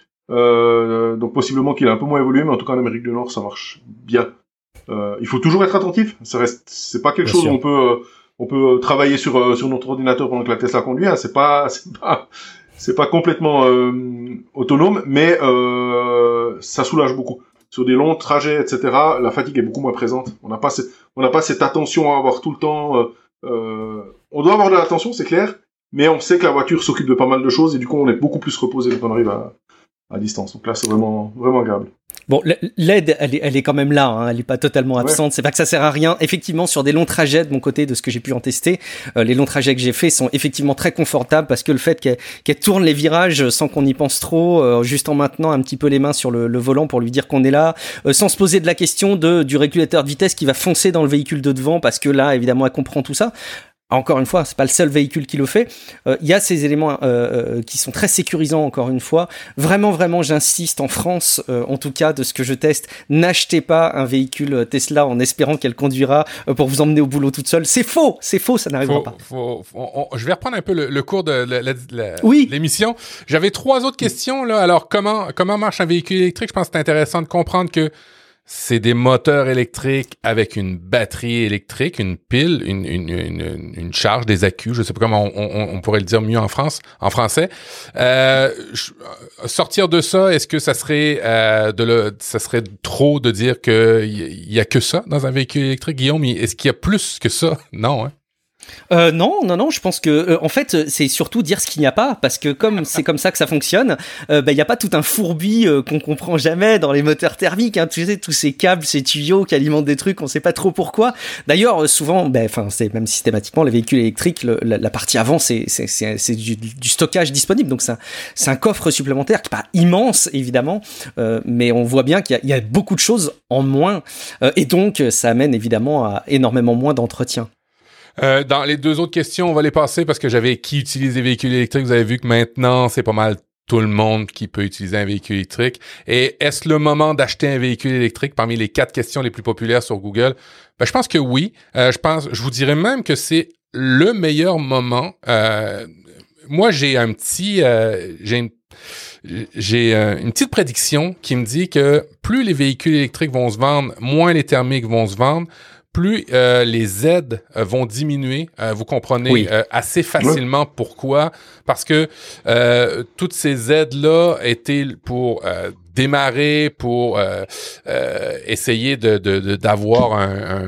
[SPEAKER 3] Euh, donc possiblement qu'il a un peu moins évolué, mais en tout cas en Amérique du Nord, ça marche bien. Euh, il faut toujours être attentif. Ça reste, c'est pas quelque bien chose sûr. où on peut, euh, on peut travailler sur euh, sur notre ordinateur pendant que la Tesla conduit. Hein. C'est pas, c'est pas, c'est pas complètement euh, autonome, mais euh, ça soulage beaucoup. Sur des longs trajets, et cetera, la fatigue est beaucoup moins présente. On n'a pas, on n'a pas cette attention à avoir tout le temps. Euh, euh, on doit avoir de l'attention, c'est clair, mais on sait que la voiture s'occupe de pas mal de choses et du coup, on est beaucoup plus reposé quand on arrive à à distance. Donc là, c'est vraiment, vraiment agréable.
[SPEAKER 1] Bon, l'aide, elle est, elle est quand même là, hein, elle est pas totalement absente. Ouais. C'est pas que ça sert à rien. Effectivement, sur des longs trajets, de mon côté, de ce que j'ai pu en tester, euh, les longs trajets que j'ai faits sont effectivement très confortables parce que le fait qu'elle, qu'elle tourne les virages sans qu'on y pense trop, euh, juste en maintenant un petit peu les mains sur le, le volant pour lui dire qu'on est là, euh, sans se poser de la question de, du régulateur de vitesse qui va foncer dans le véhicule de devant parce que là, évidemment, elle comprend tout ça. Encore une fois, c'est pas le seul véhicule qui le fait. Il euh, y a ces éléments euh, euh, qui sont très sécurisants. Encore une fois, vraiment, vraiment, j'insiste. En France, euh, en tout cas, de ce que je teste, n'achetez pas un véhicule Tesla en espérant qu'elle conduira euh, pour vous emmener au boulot toute seule. C'est faux, c'est faux, ça n'arrivera
[SPEAKER 2] faut,
[SPEAKER 1] pas.
[SPEAKER 2] Faut, faut, on, je vais reprendre un peu le, le cours de la, la, la,
[SPEAKER 1] oui.
[SPEAKER 2] l'émission. J'avais trois autres questions là. Alors, comment comment marche un véhicule électrique? Je pense que c'est intéressant de comprendre que c'est des moteurs électriques avec une batterie électrique, une pile, une, une, une, une charge, des accus, je sais pas comment on, on, on pourrait le dire mieux en France, en français. Euh, sortir de ça, est-ce que ça serait euh, de le, ça serait trop de dire que il y a que ça dans un véhicule électrique, Guillaume? Est-ce qu'il y a plus que ça? Non, hein?
[SPEAKER 1] Euh, non, non, non. Je pense que, euh, en fait, c'est surtout dire ce qu'il n'y a pas, parce que comme c'est comme ça que ça fonctionne, euh, bah, il n'y a pas tout un fourbi euh, qu'on comprend jamais dans les moteurs thermiques. Hein, tu sais, tous ces câbles, ces tuyaux qui alimentent des trucs, on sait pas trop pourquoi. D'ailleurs, souvent, ben, enfin, c'est même systématiquement les véhicules électriques, le, la, la partie avant, c'est c'est c'est, c'est du, du stockage disponible. Donc c'est un, c'est un coffre supplémentaire qui est pas immense, évidemment, euh, mais on voit bien qu'il y a, il y a beaucoup de choses en moins, euh, et donc ça amène évidemment à énormément moins d'entretien.
[SPEAKER 2] Euh, dans les deux autres questions, on va les passer parce que j'avais qui utilise des véhicules électriques. Vous avez vu que maintenant, c'est pas mal tout le monde qui peut utiliser un véhicule électrique. Et est-ce le moment d'acheter un véhicule électrique parmi les quatre questions les plus populaires sur Google? Ben, je pense que oui. Euh, je pense, je vous dirais même que c'est le meilleur moment. Euh, moi, j'ai un petit, euh, j'ai une J'ai euh, une petite prédiction qui me dit que plus les véhicules électriques vont se vendre, moins les thermiques vont se vendre, plus euh, les aides euh, vont diminuer. Euh, vous comprenez oui. euh, assez facilement oui. pourquoi. Parce que euh, toutes ces aides-là étaient pour euh, démarrer, pour euh, euh, essayer de, de, de, d'avoir un... un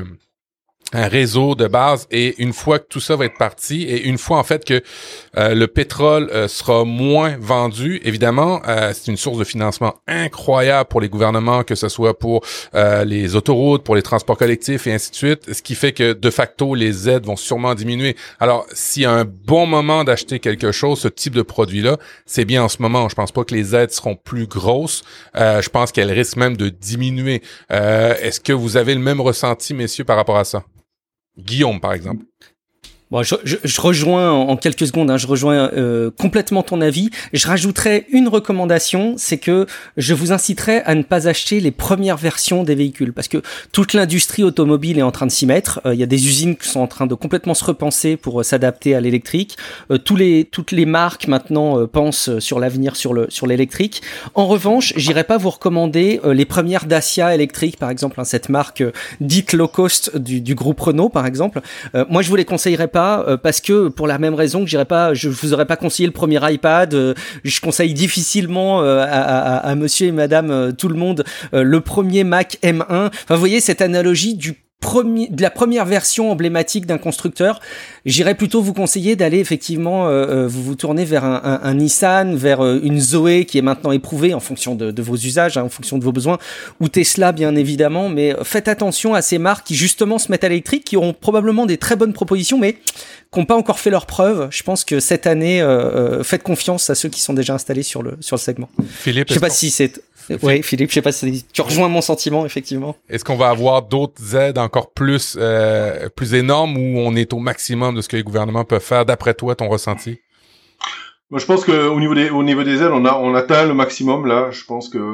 [SPEAKER 2] un réseau de base, et une fois que tout ça va être parti, et une fois en fait que euh, le pétrole euh, sera moins vendu, évidemment, euh, c'est une source de financement incroyable pour les gouvernements, que ce soit pour euh, les autoroutes, pour les transports collectifs et ainsi de suite, ce qui fait que de facto les aides vont sûrement diminuer. Alors, s'il y a un bon moment d'acheter quelque chose, ce type de produit-là, c'est bien en ce moment. Je pense pas que les aides seront plus grosses. Euh, je pense qu'elles risquent même de diminuer. Euh, est-ce que vous avez le même ressenti, messieurs, par rapport à ça? Guillaume, par exemple.
[SPEAKER 1] Bon, je, je, je rejoins en quelques secondes, hein, je rejoins euh, complètement ton avis. Je rajouterais une recommandation, c'est que je vous inciterais à ne pas acheter les premières versions des véhicules, parce que toute l'industrie automobile est en train de s'y mettre. Il euh, y a des usines qui sont en train de complètement se repenser pour euh, s'adapter à l'électrique. Euh, tous les, toutes les marques maintenant euh, pensent sur l'avenir sur le sur l'électrique. En revanche, j'irais pas vous recommander euh, les premières Dacia électriques, par exemple, hein, cette marque euh, dite low cost du, du groupe Renault, par exemple. Euh, moi, je vous les conseillerais pas. Parce que pour la même raison que j'irais pas, je vous aurais pas conseillé le premier iPad, euh, je conseille difficilement euh, à, à, à monsieur et madame euh, tout le monde euh, le premier Mac M un. Enfin, vous voyez cette analogie du Premier, de la première version emblématique d'un constructeur. J'irais plutôt vous conseiller d'aller effectivement euh, vous vous tourner vers un, un, un Nissan, vers euh, une Zoé qui est maintenant éprouvée en fonction de, de vos usages, hein, en fonction de vos besoins, ou Tesla bien évidemment, mais faites attention à ces marques qui justement se mettent à l'électrique, qui auront probablement des très bonnes propositions, mais qui n'ont pas encore fait leurs preuves. Je pense que cette année, euh, faites confiance à ceux qui sont déjà installés sur le, sur le segment.
[SPEAKER 2] Philippe,
[SPEAKER 1] je sais pas si c'est... Oui, Philippe, je sais pas si tu rejoins mon sentiment, effectivement.
[SPEAKER 2] Est-ce qu'on va avoir d'autres aides encore plus euh, plus énormes, ou on est au maximum de ce que les gouvernements peuvent faire, d'après toi, ton ressenti?
[SPEAKER 3] Moi, je pense que au niveau des au niveau des aides, on a on atteint le maximum là. Je pense que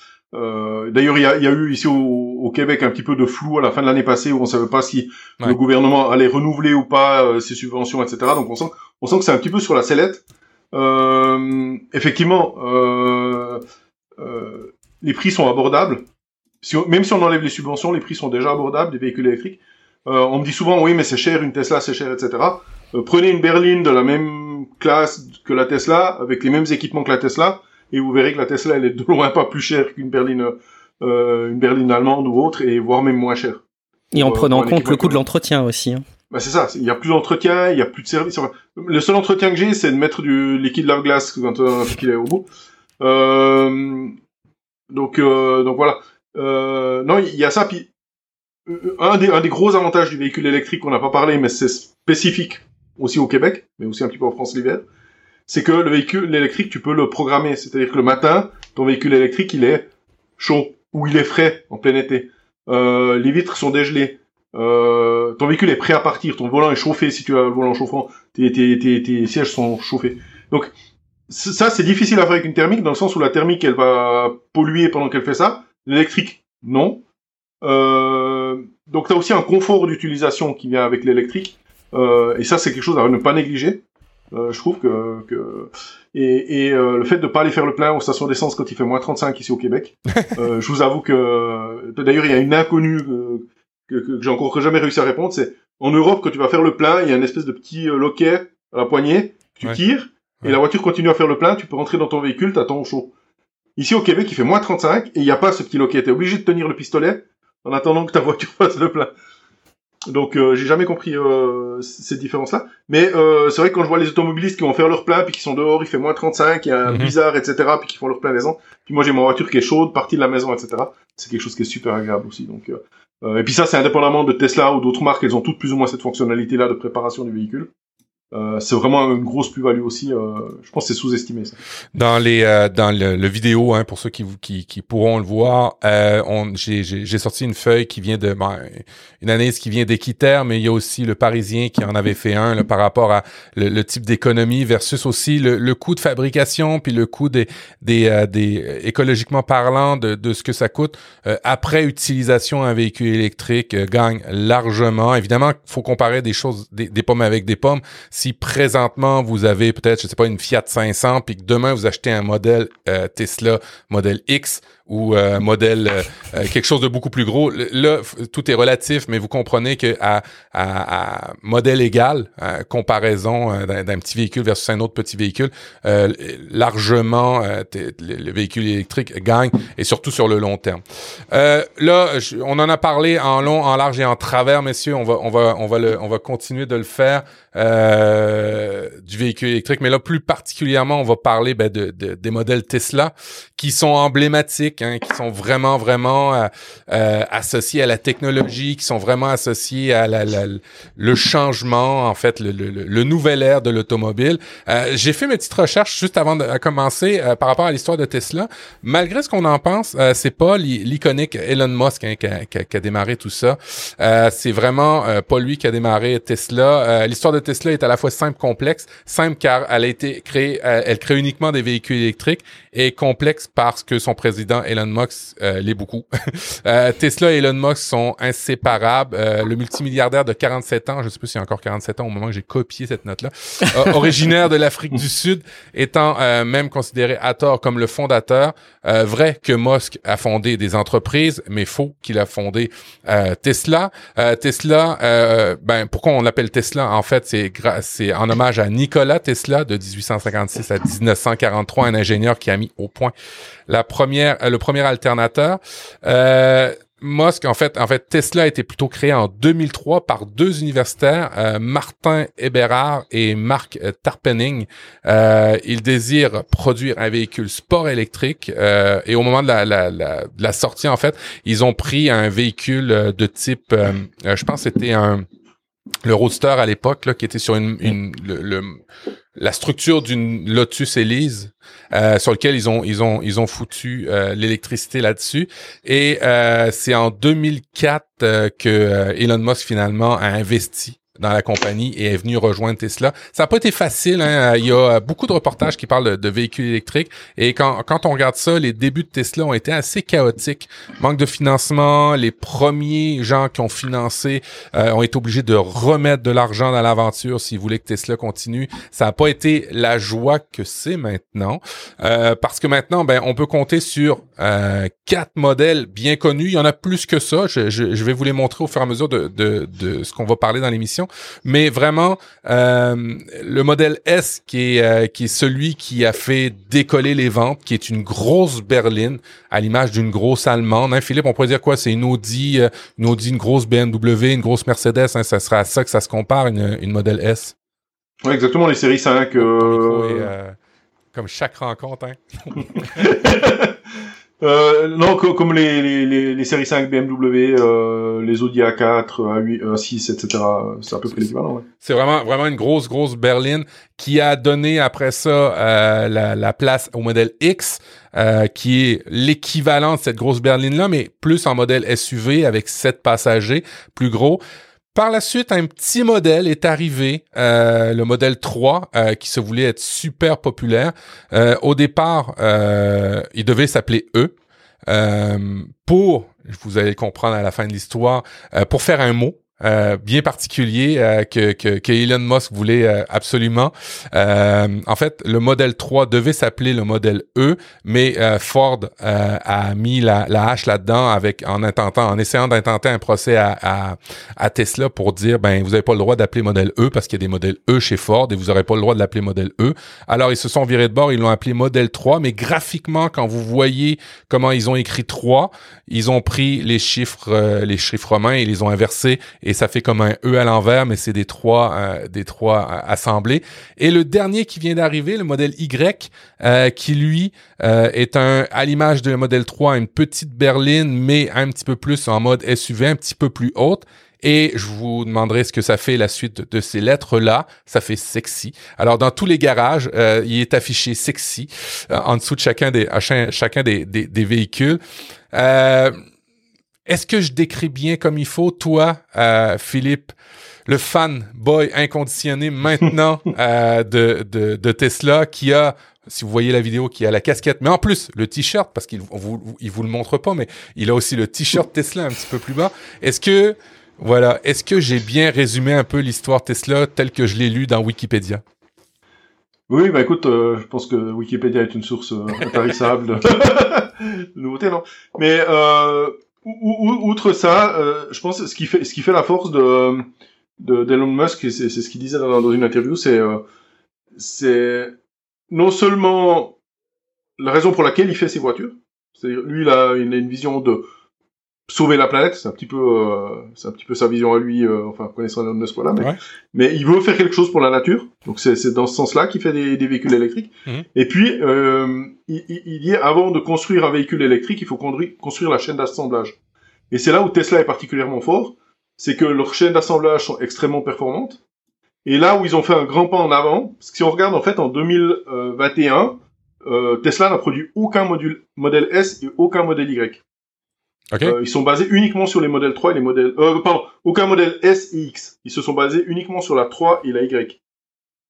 [SPEAKER 3] euh, d'ailleurs il y a il y a eu ici au, au Québec un petit peu de flou à la fin de l'année passée où on savait pas si ouais. le gouvernement allait renouveler ou pas euh, ses subventions, et cetera. Donc on sent on sent que c'est un petit peu sur la sellette. Euh, effectivement. Euh, Euh, les prix sont abordables. Si on, même si on enlève les subventions, les prix sont déjà abordables des véhicules électriques. Euh, on me dit souvent, oui, mais c'est cher, une Tesla, c'est cher, et cetera. Euh, prenez une berline de la même classe que la Tesla, avec les mêmes équipements que la Tesla, et vous verrez que la Tesla, elle est de loin pas plus chère qu'une berline, euh, une berline allemande ou autre, et voire même moins chère.
[SPEAKER 1] Et en euh, prenant en compte le coût de l'entretien aussi. Hein.
[SPEAKER 3] Bah c'est ça, il y a plus d'entretien, il y a plus de service. Enfin, le seul entretien que j'ai, c'est de mettre du liquide lave-glace quand euh, il est au bout. Euh, donc, euh, donc voilà. Euh, non, il y a ça. Puis un des, un des gros avantages du véhicule électrique qu'on n'a pas parlé, mais c'est spécifique aussi au Québec, mais aussi un petit peu en France l'hiver, c'est que le véhicule électrique, tu peux le programmer. C'est-à-dire que le matin, ton véhicule électrique, il est chaud ou il est frais en plein été. Euh, les vitres sont dégelées. Euh, ton véhicule est prêt à partir. Ton volant est chauffé si tu as le volant chauffant. Tes, tes, tes, tes sièges sont chauffés. Donc ça, c'est difficile à faire avec une thermique, dans le sens où la thermique, elle va polluer pendant qu'elle fait ça. L'électrique, non. Euh, donc, tu as aussi un confort d'utilisation qui vient avec l'électrique. Euh, et ça, c'est quelque chose à ne pas négliger. Euh, je trouve que, que... et, et euh, le fait de pas aller faire le plein aux stations d'essence quand il fait moins trente-cinq ici au Québec, euh, je vous avoue que d'ailleurs il y a une inconnue que, que, que j'ai encore jamais réussi à répondre, c'est en Europe quand tu vas faire le plein, il y a une espèce de petit euh, loquet à la poignée, tu ouais. tires ouais. et la voiture continue à faire le plein, tu peux rentrer dans ton véhicule, t'attends au chaud. Ici au Québec il fait moins trente-cinq et il n'y a pas ce petit loquet, t'es obligé de tenir le pistolet en attendant que ta voiture fasse le plein. Donc euh, j'ai jamais compris euh, cette différence-là. Mais euh, c'est vrai que quand je vois les automobilistes qui vont faire leur plein, puis qui sont dehors, il fait moins trente-cinq, il y a un mm-hmm. blizzard, et cetera, puis qui font leur plein maison. Puis moi j'ai ma voiture qui est chaude, partie de la maison, et cetera. C'est quelque chose qui est super agréable aussi. Donc euh, et puis ça c'est indépendamment de Tesla ou d'autres marques, elles ont toutes plus ou moins cette fonctionnalité-là de préparation du véhicule. Euh, c'est vraiment une grosse plus-value aussi. Euh, je pense que c'est sous-estimé ça.
[SPEAKER 2] Dans les euh, dans le, le vidéo, hein, pour ceux qui qui, qui pourront le voir, euh, on j'ai, j'ai j'ai sorti une feuille qui vient de ben, une analyse qui vient d'Équiterre, mais il y a aussi le Parisien qui en avait fait un là, par rapport à le, le type d'économie versus aussi le, le coût de fabrication puis le coût des des euh, des écologiquement parlant de de ce que ça coûte euh, après utilisation d'un véhicule électrique euh, gagne largement. Évidemment, il faut comparer des choses des, des pommes avec des pommes. Si présentement vous avez peut-être, je sais pas, une Fiat cinq cents, puis que demain vous achetez un modèle euh, Tesla, modèle X ou euh, modèle euh, quelque chose de beaucoup plus gros, là tout est relatif, mais vous comprenez que à, à, à modèle égal, à comparaison euh, d'un, d'un petit véhicule versus un autre petit véhicule, euh, largement euh, le, le véhicule électrique gagne, et surtout sur le long terme. Euh, là, je, on en a parlé en long, en large et en travers, messieurs. On va, on va, on va le, on va continuer de le faire. Euh, du véhicule électrique, mais là plus particulièrement on va parler ben, de, de des modèles Tesla qui sont emblématiques, hein, qui sont vraiment vraiment euh, euh, associés à la technologie, qui sont vraiment associés à la, la, le changement, en fait le, le, le nouvel ère de l'automobile. Euh, j'ai fait mes petites recherches juste avant de à commencer euh, par rapport à l'histoire de Tesla. Malgré ce qu'on en pense, euh, c'est pas l'iconique Elon Musk hein, qui, a, qui, a, qui a démarré tout ça. Euh, c'est vraiment euh, pas lui qui a démarré Tesla. Euh, l'histoire de Tesla est à la fois simple, complexe. Simple car elle a été créée, euh, elle crée uniquement des véhicules électriques, et complexe parce que son président Elon Musk euh, l'est beaucoup. euh, Tesla et Elon Musk sont inséparables. Euh, le multimilliardaire de quarante-sept ans, je sais pas s'il y a encore quarante-sept ans au moment que j'ai copié cette note-là, euh, originaire de l'Afrique du Sud, étant euh, même considéré à tort comme le fondateur. Euh, vrai que Musk a fondé des entreprises, mais faux qu'il a fondé euh, Tesla. Euh, Tesla, euh, ben pourquoi on l'appelle Tesla? En fait, c'est c'est en hommage à Nikola Tesla de dix-huit cent cinquante-six à dix-neuf cent quarante-trois, un ingénieur qui a mis au point la première, le premier alternateur. Euh, Musk, en fait, en fait, Tesla a été plutôt créé en deux mille trois par deux universitaires, euh, Martin Eberhard et Mark Tarpenning. Euh, ils désirent produire un véhicule sport électrique euh, et au moment de la, la, la, de la sortie, en fait, ils ont pris un véhicule de type, euh, je pense que c'était un le Roadster à l'époque là, qui était sur une, une le, le la structure d'une Lotus Elise euh, sur lequel ils ont ils ont ils ont foutu euh, l'électricité là-dessus, et euh, c'est en deux mille quatre euh, que euh, Elon Musk finalement a investi dans la compagnie et est venu rejoindre Tesla. Ça n'a pas été facile, hein. Il y a beaucoup de reportages qui parlent de, de véhicules électriques, et quand quand on regarde ça, les débuts de Tesla ont été assez chaotiques. Manque de financement, les premiers gens qui ont financé euh, ont été obligés de remettre de l'argent dans l'aventure s'ils voulaient que Tesla continue. Ça n'a pas été la joie que c'est maintenant, euh, parce que maintenant, ben, on peut compter sur euh, quatre modèles bien connus. Il y en a plus que ça. Je, je, je vais vous les montrer au fur et à mesure de, de, de ce qu'on va parler dans l'émission. Mais vraiment, euh, le modèle S qui est euh, qui est celui qui a fait décoller les ventes, qui est une grosse berline à l'image d'une grosse allemande. Hein, Philippe, on pourrait dire quoi? C'est une Audi, euh, une Audi, une grosse B M W, une grosse Mercedes. Hein, ça sera à ça que ça se compare, une, une modèle S.
[SPEAKER 3] Ouais, exactement, les séries cinq. Euh...
[SPEAKER 2] Et, euh, comme chaque rencontre, hein.
[SPEAKER 3] Euh, non, co- comme les, les, les, les séries cinq B M W, euh, les Audi A quatre, A huit, A six, et cetera. C'est à peu près l'équivalent, ouais.
[SPEAKER 2] C'est vraiment, vraiment une grosse, grosse berline qui a donné après ça euh, la, la place au modèle X, euh, qui est l'équivalent de cette grosse berline-là, mais plus en modèle S U V avec sept passagers, plus gros. Par la suite, un petit modèle est arrivé, euh, le modèle trois, euh, qui se voulait être super populaire. Euh, au départ, euh, il devait s'appeler E. Euh, pour, vous allez le comprendre à la fin de l'histoire, euh, pour faire un mot. euh, bien particulier euh, que, que, que Elon Musk voulait euh, absolument. Euh, en fait, le modèle trois devait s'appeler le modèle E, mais euh, Ford euh, a mis la, la hache là-dedans avec en intentant, en essayant d'intenter un procès à, à, à Tesla pour dire ben vous n'avez pas le droit d'appeler modèle E parce qu'il y a des modèles E chez Ford et vous n'aurez pas le droit de l'appeler modèle E. Alors ils se sont virés de bord, ils l'ont appelé modèle trois, mais graphiquement quand vous voyez comment ils ont écrit trois, ils ont pris les chiffres, euh, les chiffres romains et ils les ont inversés. Et ça fait comme un E à l'envers, mais c'est des trois, euh, des trois euh, assemblés. Et le dernier qui vient d'arriver, le modèle Y, euh, qui lui euh, est un, à l'image de modèle trois, une petite berline, mais un petit peu plus en mode S U V, un petit peu plus haute. Et je vous demanderai ce que ça fait la suite de, de ces lettres-là. Ça fait sexy. Alors, dans tous les garages, euh, il est affiché sexy euh, en dessous de chacun des, chacun, chacun des, des, des véhicules. Euh, Est-ce que je décris bien comme il faut, toi, euh, Philippe, le fanboy inconditionné maintenant euh, de, de, de Tesla, qui a, si vous voyez la vidéo, qui a la casquette, mais en plus le t-shirt, parce qu'il vous, il vous le montre pas, mais il a aussi le t-shirt Tesla un petit peu plus bas. Est-ce que, voilà, est-ce que j'ai bien résumé un peu l'histoire Tesla telle que je l'ai lu dans Wikipédia?
[SPEAKER 3] Oui, bah écoute, euh, je pense que Wikipédia est une source euh, intarissable de, de nouveautés, non? Mais euh, outre ça, euh, je pense que ce qui fait ce qui fait la force de de d'Elon Musk, et c'est, c'est ce qu'il disait dans, dans une interview, c'est euh, c'est non seulement la raison pour laquelle il fait ses voitures, c'est-à-dire lui il a une, une vision de sauver la planète, c'est un petit peu euh, c'est un petit peu sa vision à lui, euh, enfin connaissant Elon Musk voilà, mais ouais. mais il veut faire quelque chose pour la nature, donc c'est c'est dans ce sens-là qu'il fait des, des véhicules électriques. Mmh. Et puis euh, il, il dit avant de construire un véhicule électrique, il faut construire la chaîne d'assemblage. Et c'est là où Tesla est particulièrement fort, c'est que leurs chaînes d'assemblage sont extrêmement performantes. Et là où ils ont fait un grand pas en avant, parce que si on regarde en fait en deux mille vingt et un, euh, Tesla n'a produit aucun module, modèle S et aucun modèle Y. Okay. Euh, ils sont basés uniquement sur les modèles trois et les modèles... Euh, pardon, aucun modèle S et X. Ils se sont basés uniquement sur la trois et la Y. Pourquoi ?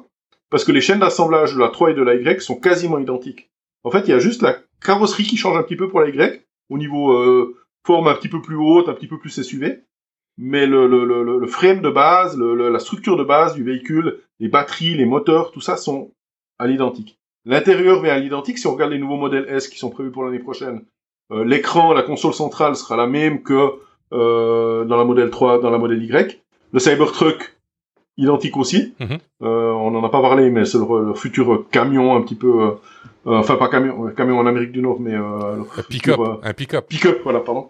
[SPEAKER 3] Parce que les chaînes d'assemblage de la trois et de la Y sont quasiment identiques. En fait, il y a juste la carrosserie qui change un petit peu pour la Y, au niveau euh, forme un petit peu plus haute, un petit peu plus S U V. Mais le, le, le, le frame de base, le, le, la structure de base du véhicule, les batteries, les moteurs, tout ça sont à l'identique. L'intérieur vient à l'identique. Si on regarde les nouveaux modèles S qui sont prévus pour l'année prochaine, Euh, l'écran, la console centrale sera la même que euh, dans la modèle trois, dans la modèle Y. Le Cybertruck, identique aussi. Mm-hmm. Euh, on n'en a pas parlé, mais c'est le, le futur camion un petit peu... Euh, euh, enfin, pas camion, camion en Amérique du Nord, mais... Euh,
[SPEAKER 2] un pick-up, euh, un pick-up.
[SPEAKER 3] Pick-up, voilà, pardon.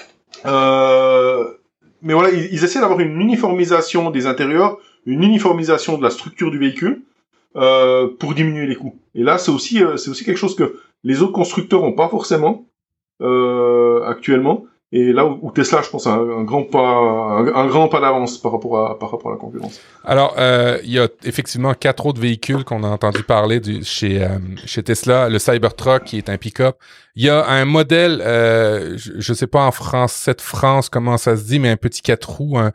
[SPEAKER 3] Euh, mais voilà, ils, ils essaient d'avoir une uniformisation des intérieurs, une uniformisation de la structure du véhicule euh, pour diminuer les coûts. Et là, c'est aussi, euh, c'est aussi quelque chose que les autres constructeurs n'ont pas forcément. Euh, actuellement, et là où, où Tesla, je pense, a un, un grand pas, un, un grand pas d'avance par rapport à par rapport à la concurrence.
[SPEAKER 2] Alors, euh, il y a effectivement quatre autres véhicules qu'on a entendu parler du, chez euh, chez Tesla. Le Cybertruck qui est un pick-up. Il y a un modèle, euh, je, je sais pas en français de France comment ça se dit, mais un petit quatre roues, un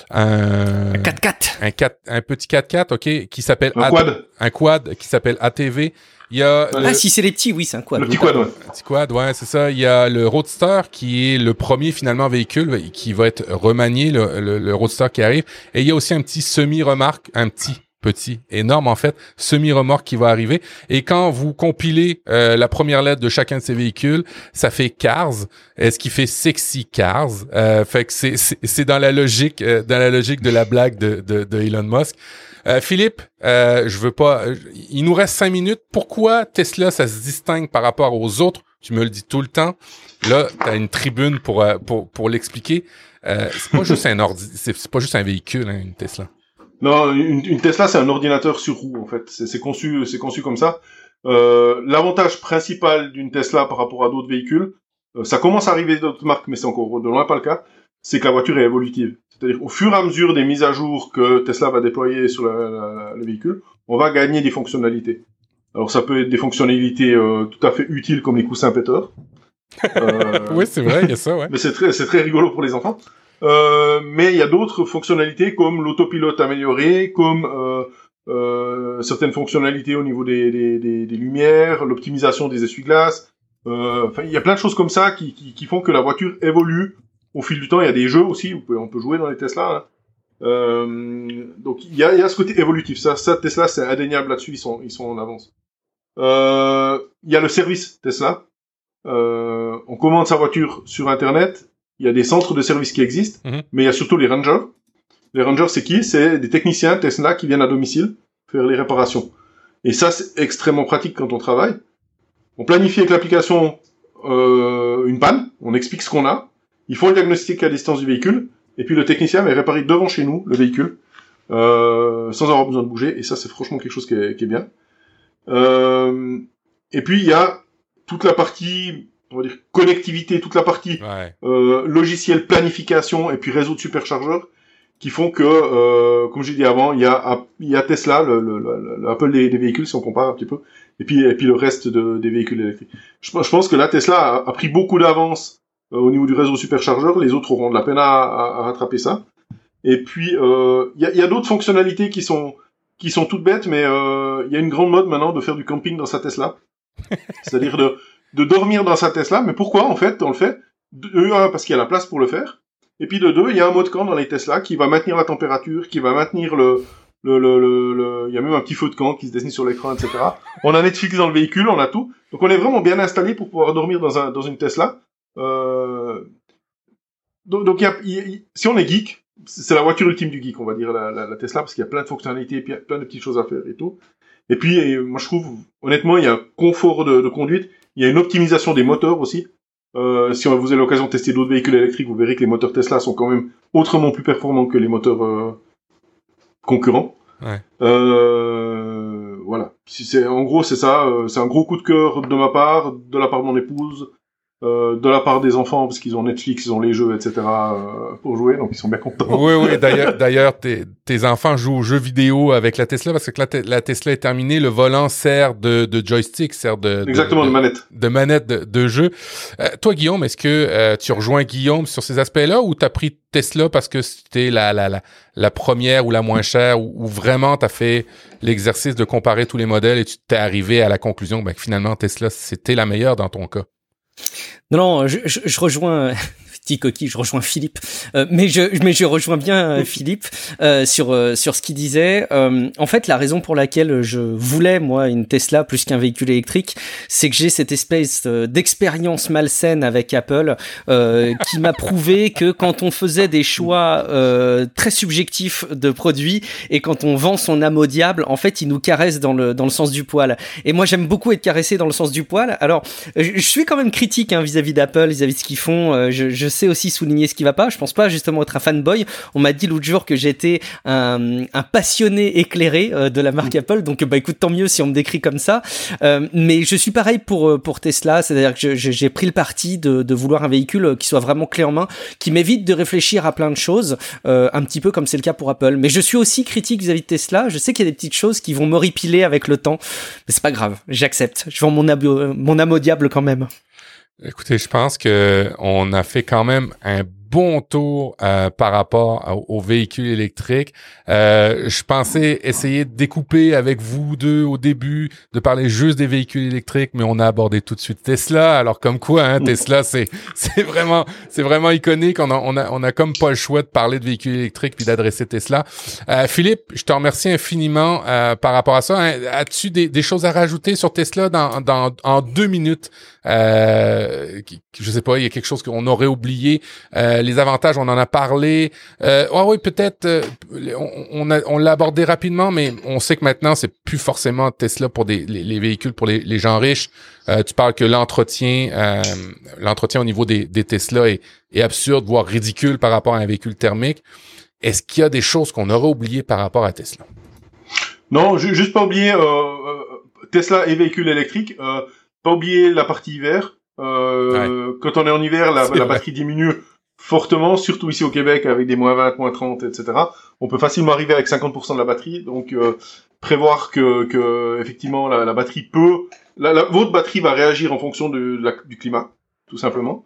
[SPEAKER 2] un,
[SPEAKER 1] un quatre-quatre,
[SPEAKER 2] un quatre, un petit quatre-quatre, ok, qui s'appelle
[SPEAKER 3] un
[SPEAKER 2] A-
[SPEAKER 3] quad,
[SPEAKER 2] un quad qui s'appelle A T V. Il y a
[SPEAKER 1] ah,
[SPEAKER 2] le...
[SPEAKER 1] si c'est les petits, oui, c'est un quad.
[SPEAKER 3] Le petit quad, ouais.
[SPEAKER 2] Un petit quad, ouais, c'est ça. Il y a le Roadster qui est le premier, finalement, véhicule qui va être remanié, le, le, le Roadster qui arrive. Et il y a aussi un petit semi-remorque, un petit, petit, énorme, en fait, semi-remorque qui va arriver. Et quand vous compilez euh, la première lettre de chacun de ces véhicules, ça fait Cars, ce qui fait Sexy Cars. Euh, fait que c'est, c'est, c'est dans la logique, euh, dans la logique de la blague de, de, de Elon Musk. Euh, Philippe, euh, je veux pas. Euh, il nous reste cinq minutes. Pourquoi Tesla, ça se distingue par rapport aux autres? Tu me le dis tout le temps. Là, t'as une tribune pour euh, pour pour l'expliquer. Euh, c'est pas juste un ordi, c'est, c'est pas juste un véhicule, hein, une Tesla.
[SPEAKER 3] Non, une, une Tesla, c'est un ordinateur sur roue en fait. C'est, c'est conçu, c'est conçu comme ça. Euh, l'avantage principal d'une Tesla par rapport à d'autres véhicules, euh, ça commence à arriver d'autres marques, mais c'est encore de loin pas le cas. C'est que la voiture est évolutive. C'est-à-dire, au fur et à mesure des mises à jour que Tesla va déployer sur la, la, le véhicule, on va gagner des fonctionnalités. Alors, ça peut être des fonctionnalités euh, tout à fait utiles comme les coussins péteurs.
[SPEAKER 2] Euh, oui, c'est vrai, il y a ça, ouais.
[SPEAKER 3] Mais c'est très, c'est très rigolo pour les enfants. Euh, mais il y a d'autres fonctionnalités comme l'autopilote amélioré, comme euh, euh, certaines fonctionnalités au niveau des, des, des, des lumières, l'optimisation des essuie-glaces. Enfin, euh, il y a plein de choses comme ça qui, qui, qui font que la voiture évolue au fil du temps, il y a des jeux aussi, vous pouvez, on peut jouer dans les Tesla. Hein. Euh, donc il y a, il y a ce côté évolutif. Ça, ça Tesla, c'est indéniable là-dessus. Ils sont, ils sont en avance. Euh, il y a le service Tesla. Euh, on commande sa voiture sur Internet. Il y a des centres de service qui existent, mm-hmm. mais il y a surtout les rangers. Les rangers, c'est qui? C'est des techniciens Tesla qui viennent à domicile faire les réparations. Et ça, c'est extrêmement pratique quand on travaille. On planifie avec l'application euh, une panne. On explique ce qu'on a. Ils font le diagnostic à distance du véhicule. Et puis le technicien va réparer devant chez nous le véhicule, euh, sans avoir besoin de bouger. Et ça, c'est franchement quelque chose qui est, qui est bien. Euh, et puis il y a toute la partie, on va dire connectivité, toute la partie ouais. euh, logiciel, planification et puis réseau de superchargeurs qui font que, euh, comme j'ai dit avant, il y a il y a Tesla, le, le, le, le Apple des, des véhicules si on compare un petit peu, et puis et puis le reste de, des véhicules électriques. Je, je pense que là Tesla a, a pris beaucoup d'avance au niveau du réseau superchargeur, les autres auront de la peine à, à, à rattraper ça. Et puis, il euh, y a, y a d'autres fonctionnalités qui sont qui sont toutes bêtes, mais il euh, y a une grande mode maintenant de faire du camping dans sa Tesla. C'est-à-dire de, de dormir dans sa Tesla. Mais pourquoi, en fait, on le fait? De un, parce qu'il y a la place pour le faire. Et puis de deux, il y a un mode camp dans les Tesla qui va maintenir la température, qui va maintenir le... le, le, le, le... Il y a même un petit feu de camp qui se dessine sur l'écran, et cetera. On a Netflix dans le véhicule, on a tout. Donc on est vraiment bien installé pour pouvoir dormir dans, un, dans une Tesla. Euh... Donc, donc y a, y a, si on est geek, c'est la voiture ultime du geek, on va dire, la, la, la Tesla, parce qu'il y a plein de fonctionnalités, puis il y a plein de petites choses à faire et tout. Et puis, et moi je trouve, honnêtement, il y a un confort de, de conduite, il y a une optimisation des moteurs aussi. Euh, si vous avez l'occasion de tester d'autres véhicules électriques, vous verrez que les moteurs Tesla sont quand même autrement plus performants que les moteurs euh, concurrents.
[SPEAKER 2] Ouais.
[SPEAKER 3] Euh, voilà. Si c'est, en gros, c'est ça. Euh, c'est un gros coup de cœur de ma part, de la part de mon épouse. Euh, de la part des enfants, parce qu'ils ont Netflix, ils ont les jeux, et cetera euh, pour jouer, donc ils sont bien contents.
[SPEAKER 2] Oui, oui, d'ailleurs, d'ailleurs tes, tes enfants jouent aux jeux vidéo avec la Tesla, parce que la, la Tesla est terminée, le volant sert de, de joystick, sert de...
[SPEAKER 3] Exactement, de,
[SPEAKER 2] de,
[SPEAKER 3] de manette.
[SPEAKER 2] De manette de, de jeu. Euh, toi, Guillaume, est-ce que euh, tu rejoins Guillaume sur ces aspects-là, ou t'as pris Tesla parce que c'était la, la, la, la première ou la moins chère, ou, ou vraiment t'as fait l'exercice de comparer tous les modèles et tu t'es arrivé à la conclusion ben, que finalement Tesla, c'était la meilleure dans ton cas?
[SPEAKER 1] Non, non, je, je, je rejoins... Petit coquille, je rejoins Philippe, euh, mais je mais je rejoins bien euh, Philippe euh, sur euh, sur ce qu'il disait. Euh, en fait, la raison pour laquelle je voulais moi une Tesla plus qu'un véhicule électrique, c'est que j'ai cette espèce d'expérience malsaine avec Apple euh, qui m'a prouvé que quand on faisait des choix euh, très subjectifs de produits et quand on vend son âme au diable, en fait, il nous caresse dans le dans le sens du poil. Et moi, j'aime beaucoup être caressé dans le sens du poil. Alors, je, je suis quand même critique hein, vis-à-vis d'Apple, vis-à-vis de ce qu'ils font. Euh, je, je sais aussi souligner ce qui va pas. Je pense pas justement être un fanboy. On m'a dit l'autre jour que j'étais un, un passionné éclairé euh, de la marque Apple. Donc bah écoute, tant mieux si on me décrit comme ça. Euh, mais je suis pareil pour pour Tesla. C'est-à-dire que je, je, j'ai pris le parti de, de vouloir un véhicule qui soit vraiment clé en main, qui m'évite de réfléchir à plein de choses, euh, un petit peu comme c'est le cas pour Apple. Mais je suis aussi critique vis-à-vis de Tesla. Je sais qu'il y a des petites choses qui vont m'horripiler avec le temps, mais c'est pas grave. J'accepte. Je vends mon abo- mon âme au diable quand même.
[SPEAKER 2] Écoutez, je pense que on a fait quand même un bon tour euh, par rapport aux véhicules électriques. Euh, je pensais essayer de découper avec vous deux au début, de parler juste des véhicules électriques, mais on a abordé tout de suite Tesla. Alors comme quoi, hein, Tesla, c'est c'est vraiment c'est vraiment iconique. On a on a on a comme pas le choix de parler de véhicules électriques puis d'adresser Tesla. Euh, Philippe, je te remercie infiniment euh, par rapport à ça. Hein. As-tu des, des choses à rajouter sur Tesla dans dans en deux minutes? Euh, je sais pas, il y a quelque chose qu'on aurait oublié. Euh, les avantages, on en a parlé. Euh, oh oui, peut-être, euh, on, on, a, on l'a abordé rapidement, mais on sait que maintenant, c'est plus forcément Tesla pour des, les, les véhicules pour les, les gens riches. Euh, tu parles que l'entretien, euh, l'entretien au niveau des, des Tesla est, est absurde, voire ridicule par rapport à un véhicule thermique. Est-ce qu'il y a des choses qu'on aurait oubliées par rapport à Tesla?
[SPEAKER 3] Non, juste pas oublier euh, euh, Tesla et véhicules électriques. Euh, pas oublier la partie hiver. Euh, ouais. Quand on est en hiver, la, la batterie diminue fortement, surtout ici au Québec avec des moins vingt, moins trente, et cetera. On peut facilement arriver avec cinquante pour cent de la batterie, donc euh, prévoir que, que effectivement la, la batterie peut, la, la, votre batterie va réagir en fonction de, de la, du climat, tout simplement.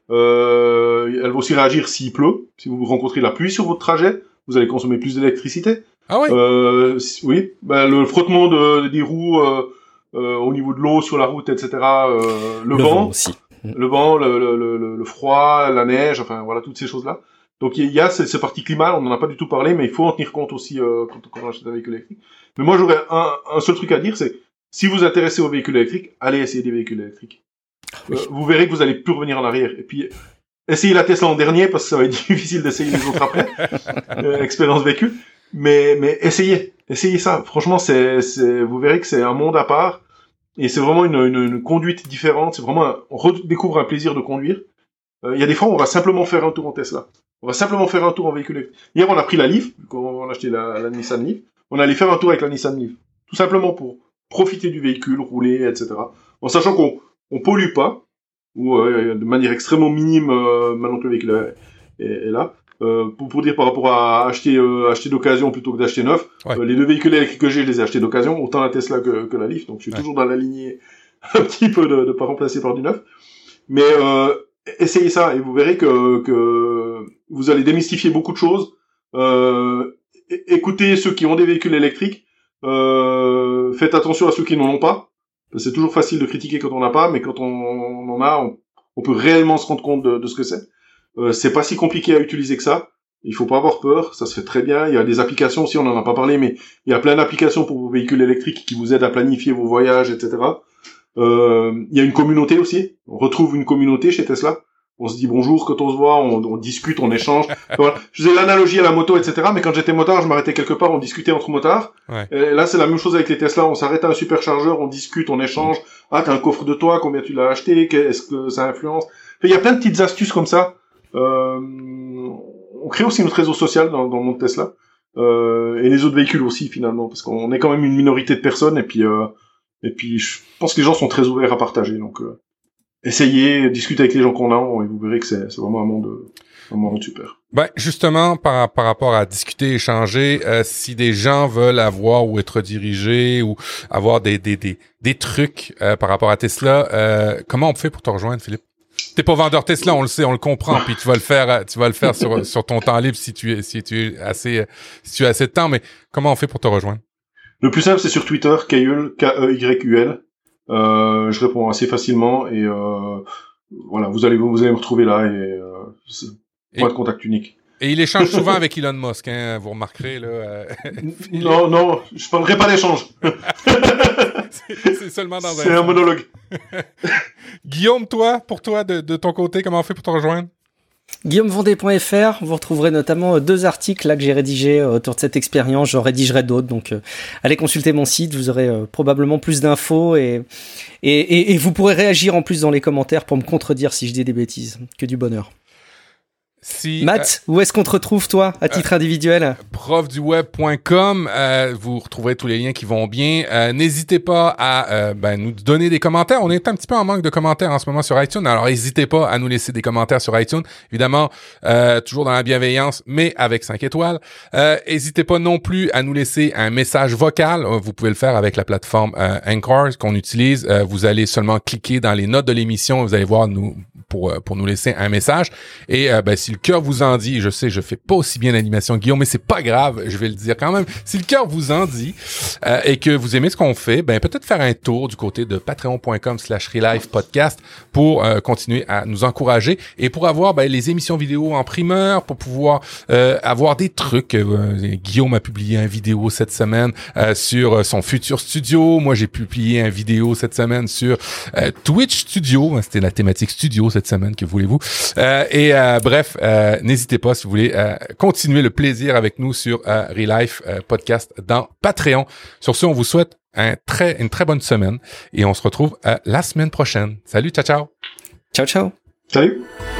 [SPEAKER 3] Euh, elle va aussi réagir s'il pleut. Si vous rencontrez la pluie sur votre trajet, vous allez consommer plus d'électricité.
[SPEAKER 2] Ah oui.
[SPEAKER 3] Euh, oui, ben, le frottement de, des roues. Euh, Euh, au niveau de l'eau sur la route, et cetera. Euh, le, le vent,
[SPEAKER 1] vent aussi.
[SPEAKER 3] Le vent, le, le, le, le froid, la neige, enfin voilà, toutes ces choses-là. Donc il y a ces, ces parties climat, on n'en a pas du tout parlé, mais il faut en tenir compte aussi euh, quand, quand on achète un véhicule électrique. Mais moi j'aurais un, un seul truc à dire, c'est si vous vous intéressez aux véhicules électriques, allez essayer des véhicules électriques. Oui. Euh, vous verrez que vous allez plus revenir en arrière. Et puis essayez la Tesla en dernier parce que ça va être difficile d'essayer les autres après. euh, expérience véhicule. Mais mais essayez, essayez ça. Franchement, c'est c'est vous verrez que c'est un monde à part et c'est vraiment une une, une conduite différente. C'est vraiment un, on redécouvre un plaisir de conduire. Il euh, y a des fois où on va simplement faire un tour en Tesla. On va simplement faire un tour en véhicule électrique. Hier, on a pris la Leaf, quand on a acheté la, la Nissan Leaf. On allait faire un tour avec la Nissan Leaf. Tout simplement pour profiter du véhicule, rouler, et cetera. En sachant qu'on on pollue pas, ou euh, de manière extrêmement minime, euh, maintenant que le véhicule est, est, est là. Euh, pour, pour dire par rapport à acheter, euh, acheter d'occasion plutôt que d'acheter neuf, ouais. euh, les deux véhicules électriques que j'ai, je les ai achetés d'occasion, autant la Tesla que, que la Leaf. Donc je suis ouais. toujours dans la lignée un petit peu de ne pas remplacer par du neuf. Mais euh, essayez ça et vous verrez que, que vous allez démystifier beaucoup de choses. Euh, écoutez ceux qui ont des véhicules électriques. Euh, faites attention à ceux qui n'en ont pas. C'est toujours facile de critiquer quand on n'en a pas, mais quand on, on en a, on, on peut réellement se rendre compte de, de ce que c'est. Euh, c'est pas si compliqué à utiliser que ça. Il faut pas avoir peur, ça se fait très bien. Il y a des applications aussi, on n'en a pas parlé, mais il y a plein d'applications pour vos véhicules électriques qui vous aident à planifier vos voyages, et cetera. Euh, il y a une communauté aussi. On retrouve une communauté chez Tesla. On se dit bonjour quand on se voit, on, on discute, on échange. Voilà. Je faisais l'analogie à la moto, et cetera. Mais quand j'étais motard, je m'arrêtais quelque part, on discutait entre motards. Ouais. Et là, c'est la même chose avec les Tesla. On s'arrête à un superchargeur, on discute, on échange. Ah, t'as un coffre de toit, combien tu l'as acheté, est-ce que ça influence? Il y a plein de petites astuces comme ça. Euh, on crée aussi notre réseau social dans, dans le monde Tesla. Euh, et les autres véhicules aussi, finalement. Parce qu'on est quand même une minorité de personnes. Et puis, euh, et puis, je pense que les gens sont très ouverts à partager. Donc, euh, essayez, discutez avec les gens qu'on a, et vous verrez que c'est, c'est vraiment un monde, un monde super.
[SPEAKER 2] Ben, justement, par, par rapport à discuter, échanger, euh, si des gens veulent avoir ou être dirigés ou avoir des, des, des, des trucs euh, par rapport à Tesla, euh, comment on fait pour te rejoindre, Philippe? T'es pas vendeur Tesla, on le sait, on le comprend, puis tu vas le faire, tu vas le faire sur, sur ton temps libre si tu es, si tu es assez, si tu as assez de temps, mais comment on fait pour te rejoindre?
[SPEAKER 3] Le plus simple, c'est sur Twitter, Kayul, K E Y U L. Euh, je réponds assez facilement et euh, voilà, vous allez vous allez me retrouver là et euh, c'est point de contact unique.
[SPEAKER 2] Et il échange souvent avec Elon Musk, hein, vous remarquerez là. Euh,
[SPEAKER 3] non non, je parlerai pas d'échange.
[SPEAKER 2] c'est, c'est seulement dans un.
[SPEAKER 3] C'est un monologue.
[SPEAKER 2] Guillaume, toi, pour toi, de, de ton côté, comment on fait pour te rejoindre?
[SPEAKER 1] guillaume vendée point f r, vous retrouverez notamment deux articles là que j'ai rédigés autour de cette expérience, j'en rédigerai d'autres, donc euh, allez consulter mon site, vous aurez euh, probablement plus d'infos et, et, et, et vous pourrez réagir en plus dans les commentaires pour me contredire si je dis des bêtises, que du bonheur. Si, Matt, euh, où est-ce qu'on te retrouve, toi, à titre euh, individuel?
[SPEAKER 2] prof du web point com, euh, vous retrouverez tous les liens qui vont bien. Euh, n'hésitez pas à euh, ben, nous donner des commentaires. On est un petit peu en manque de commentaires en ce moment sur iTunes, alors n'hésitez pas à nous laisser des commentaires sur iTunes. Évidemment, euh, toujours dans la bienveillance, mais avec cinq étoiles. Euh, n'hésitez pas non plus à nous laisser un message vocal. Vous pouvez le faire avec la plateforme euh, Anchor qu'on utilise. Euh, vous allez seulement cliquer dans les notes de l'émission, vous allez voir nous pour pour nous laisser un message. Et euh, ben, si le cœur vous en dit, je sais, je fais pas aussi bien l'animation Guillaume, mais c'est pas grave, je vais le dire quand même. Si le cœur vous en dit euh, et que vous aimez ce qu'on fait, ben peut-être faire un tour du côté de patreon point com slash relife podcast pour euh, continuer à nous encourager et pour avoir ben, les émissions vidéo en primeur, pour pouvoir euh, avoir des trucs. Euh, Guillaume a publié une vidéo cette semaine euh, sur son futur studio. Moi, j'ai publié une vidéo cette semaine sur euh, Twitch Studio. C'était la thématique studio cette semaine, que voulez-vous. Euh, et euh, bref, euh, n'hésitez pas si vous voulez euh, continuer le plaisir avec nous sur euh, Relife euh, Podcast dans Patreon. Sur ce, on vous souhaite un très, une très bonne semaine et on se retrouve euh, la semaine prochaine. Salut, ciao, ciao.
[SPEAKER 1] Ciao, ciao.
[SPEAKER 3] Salut.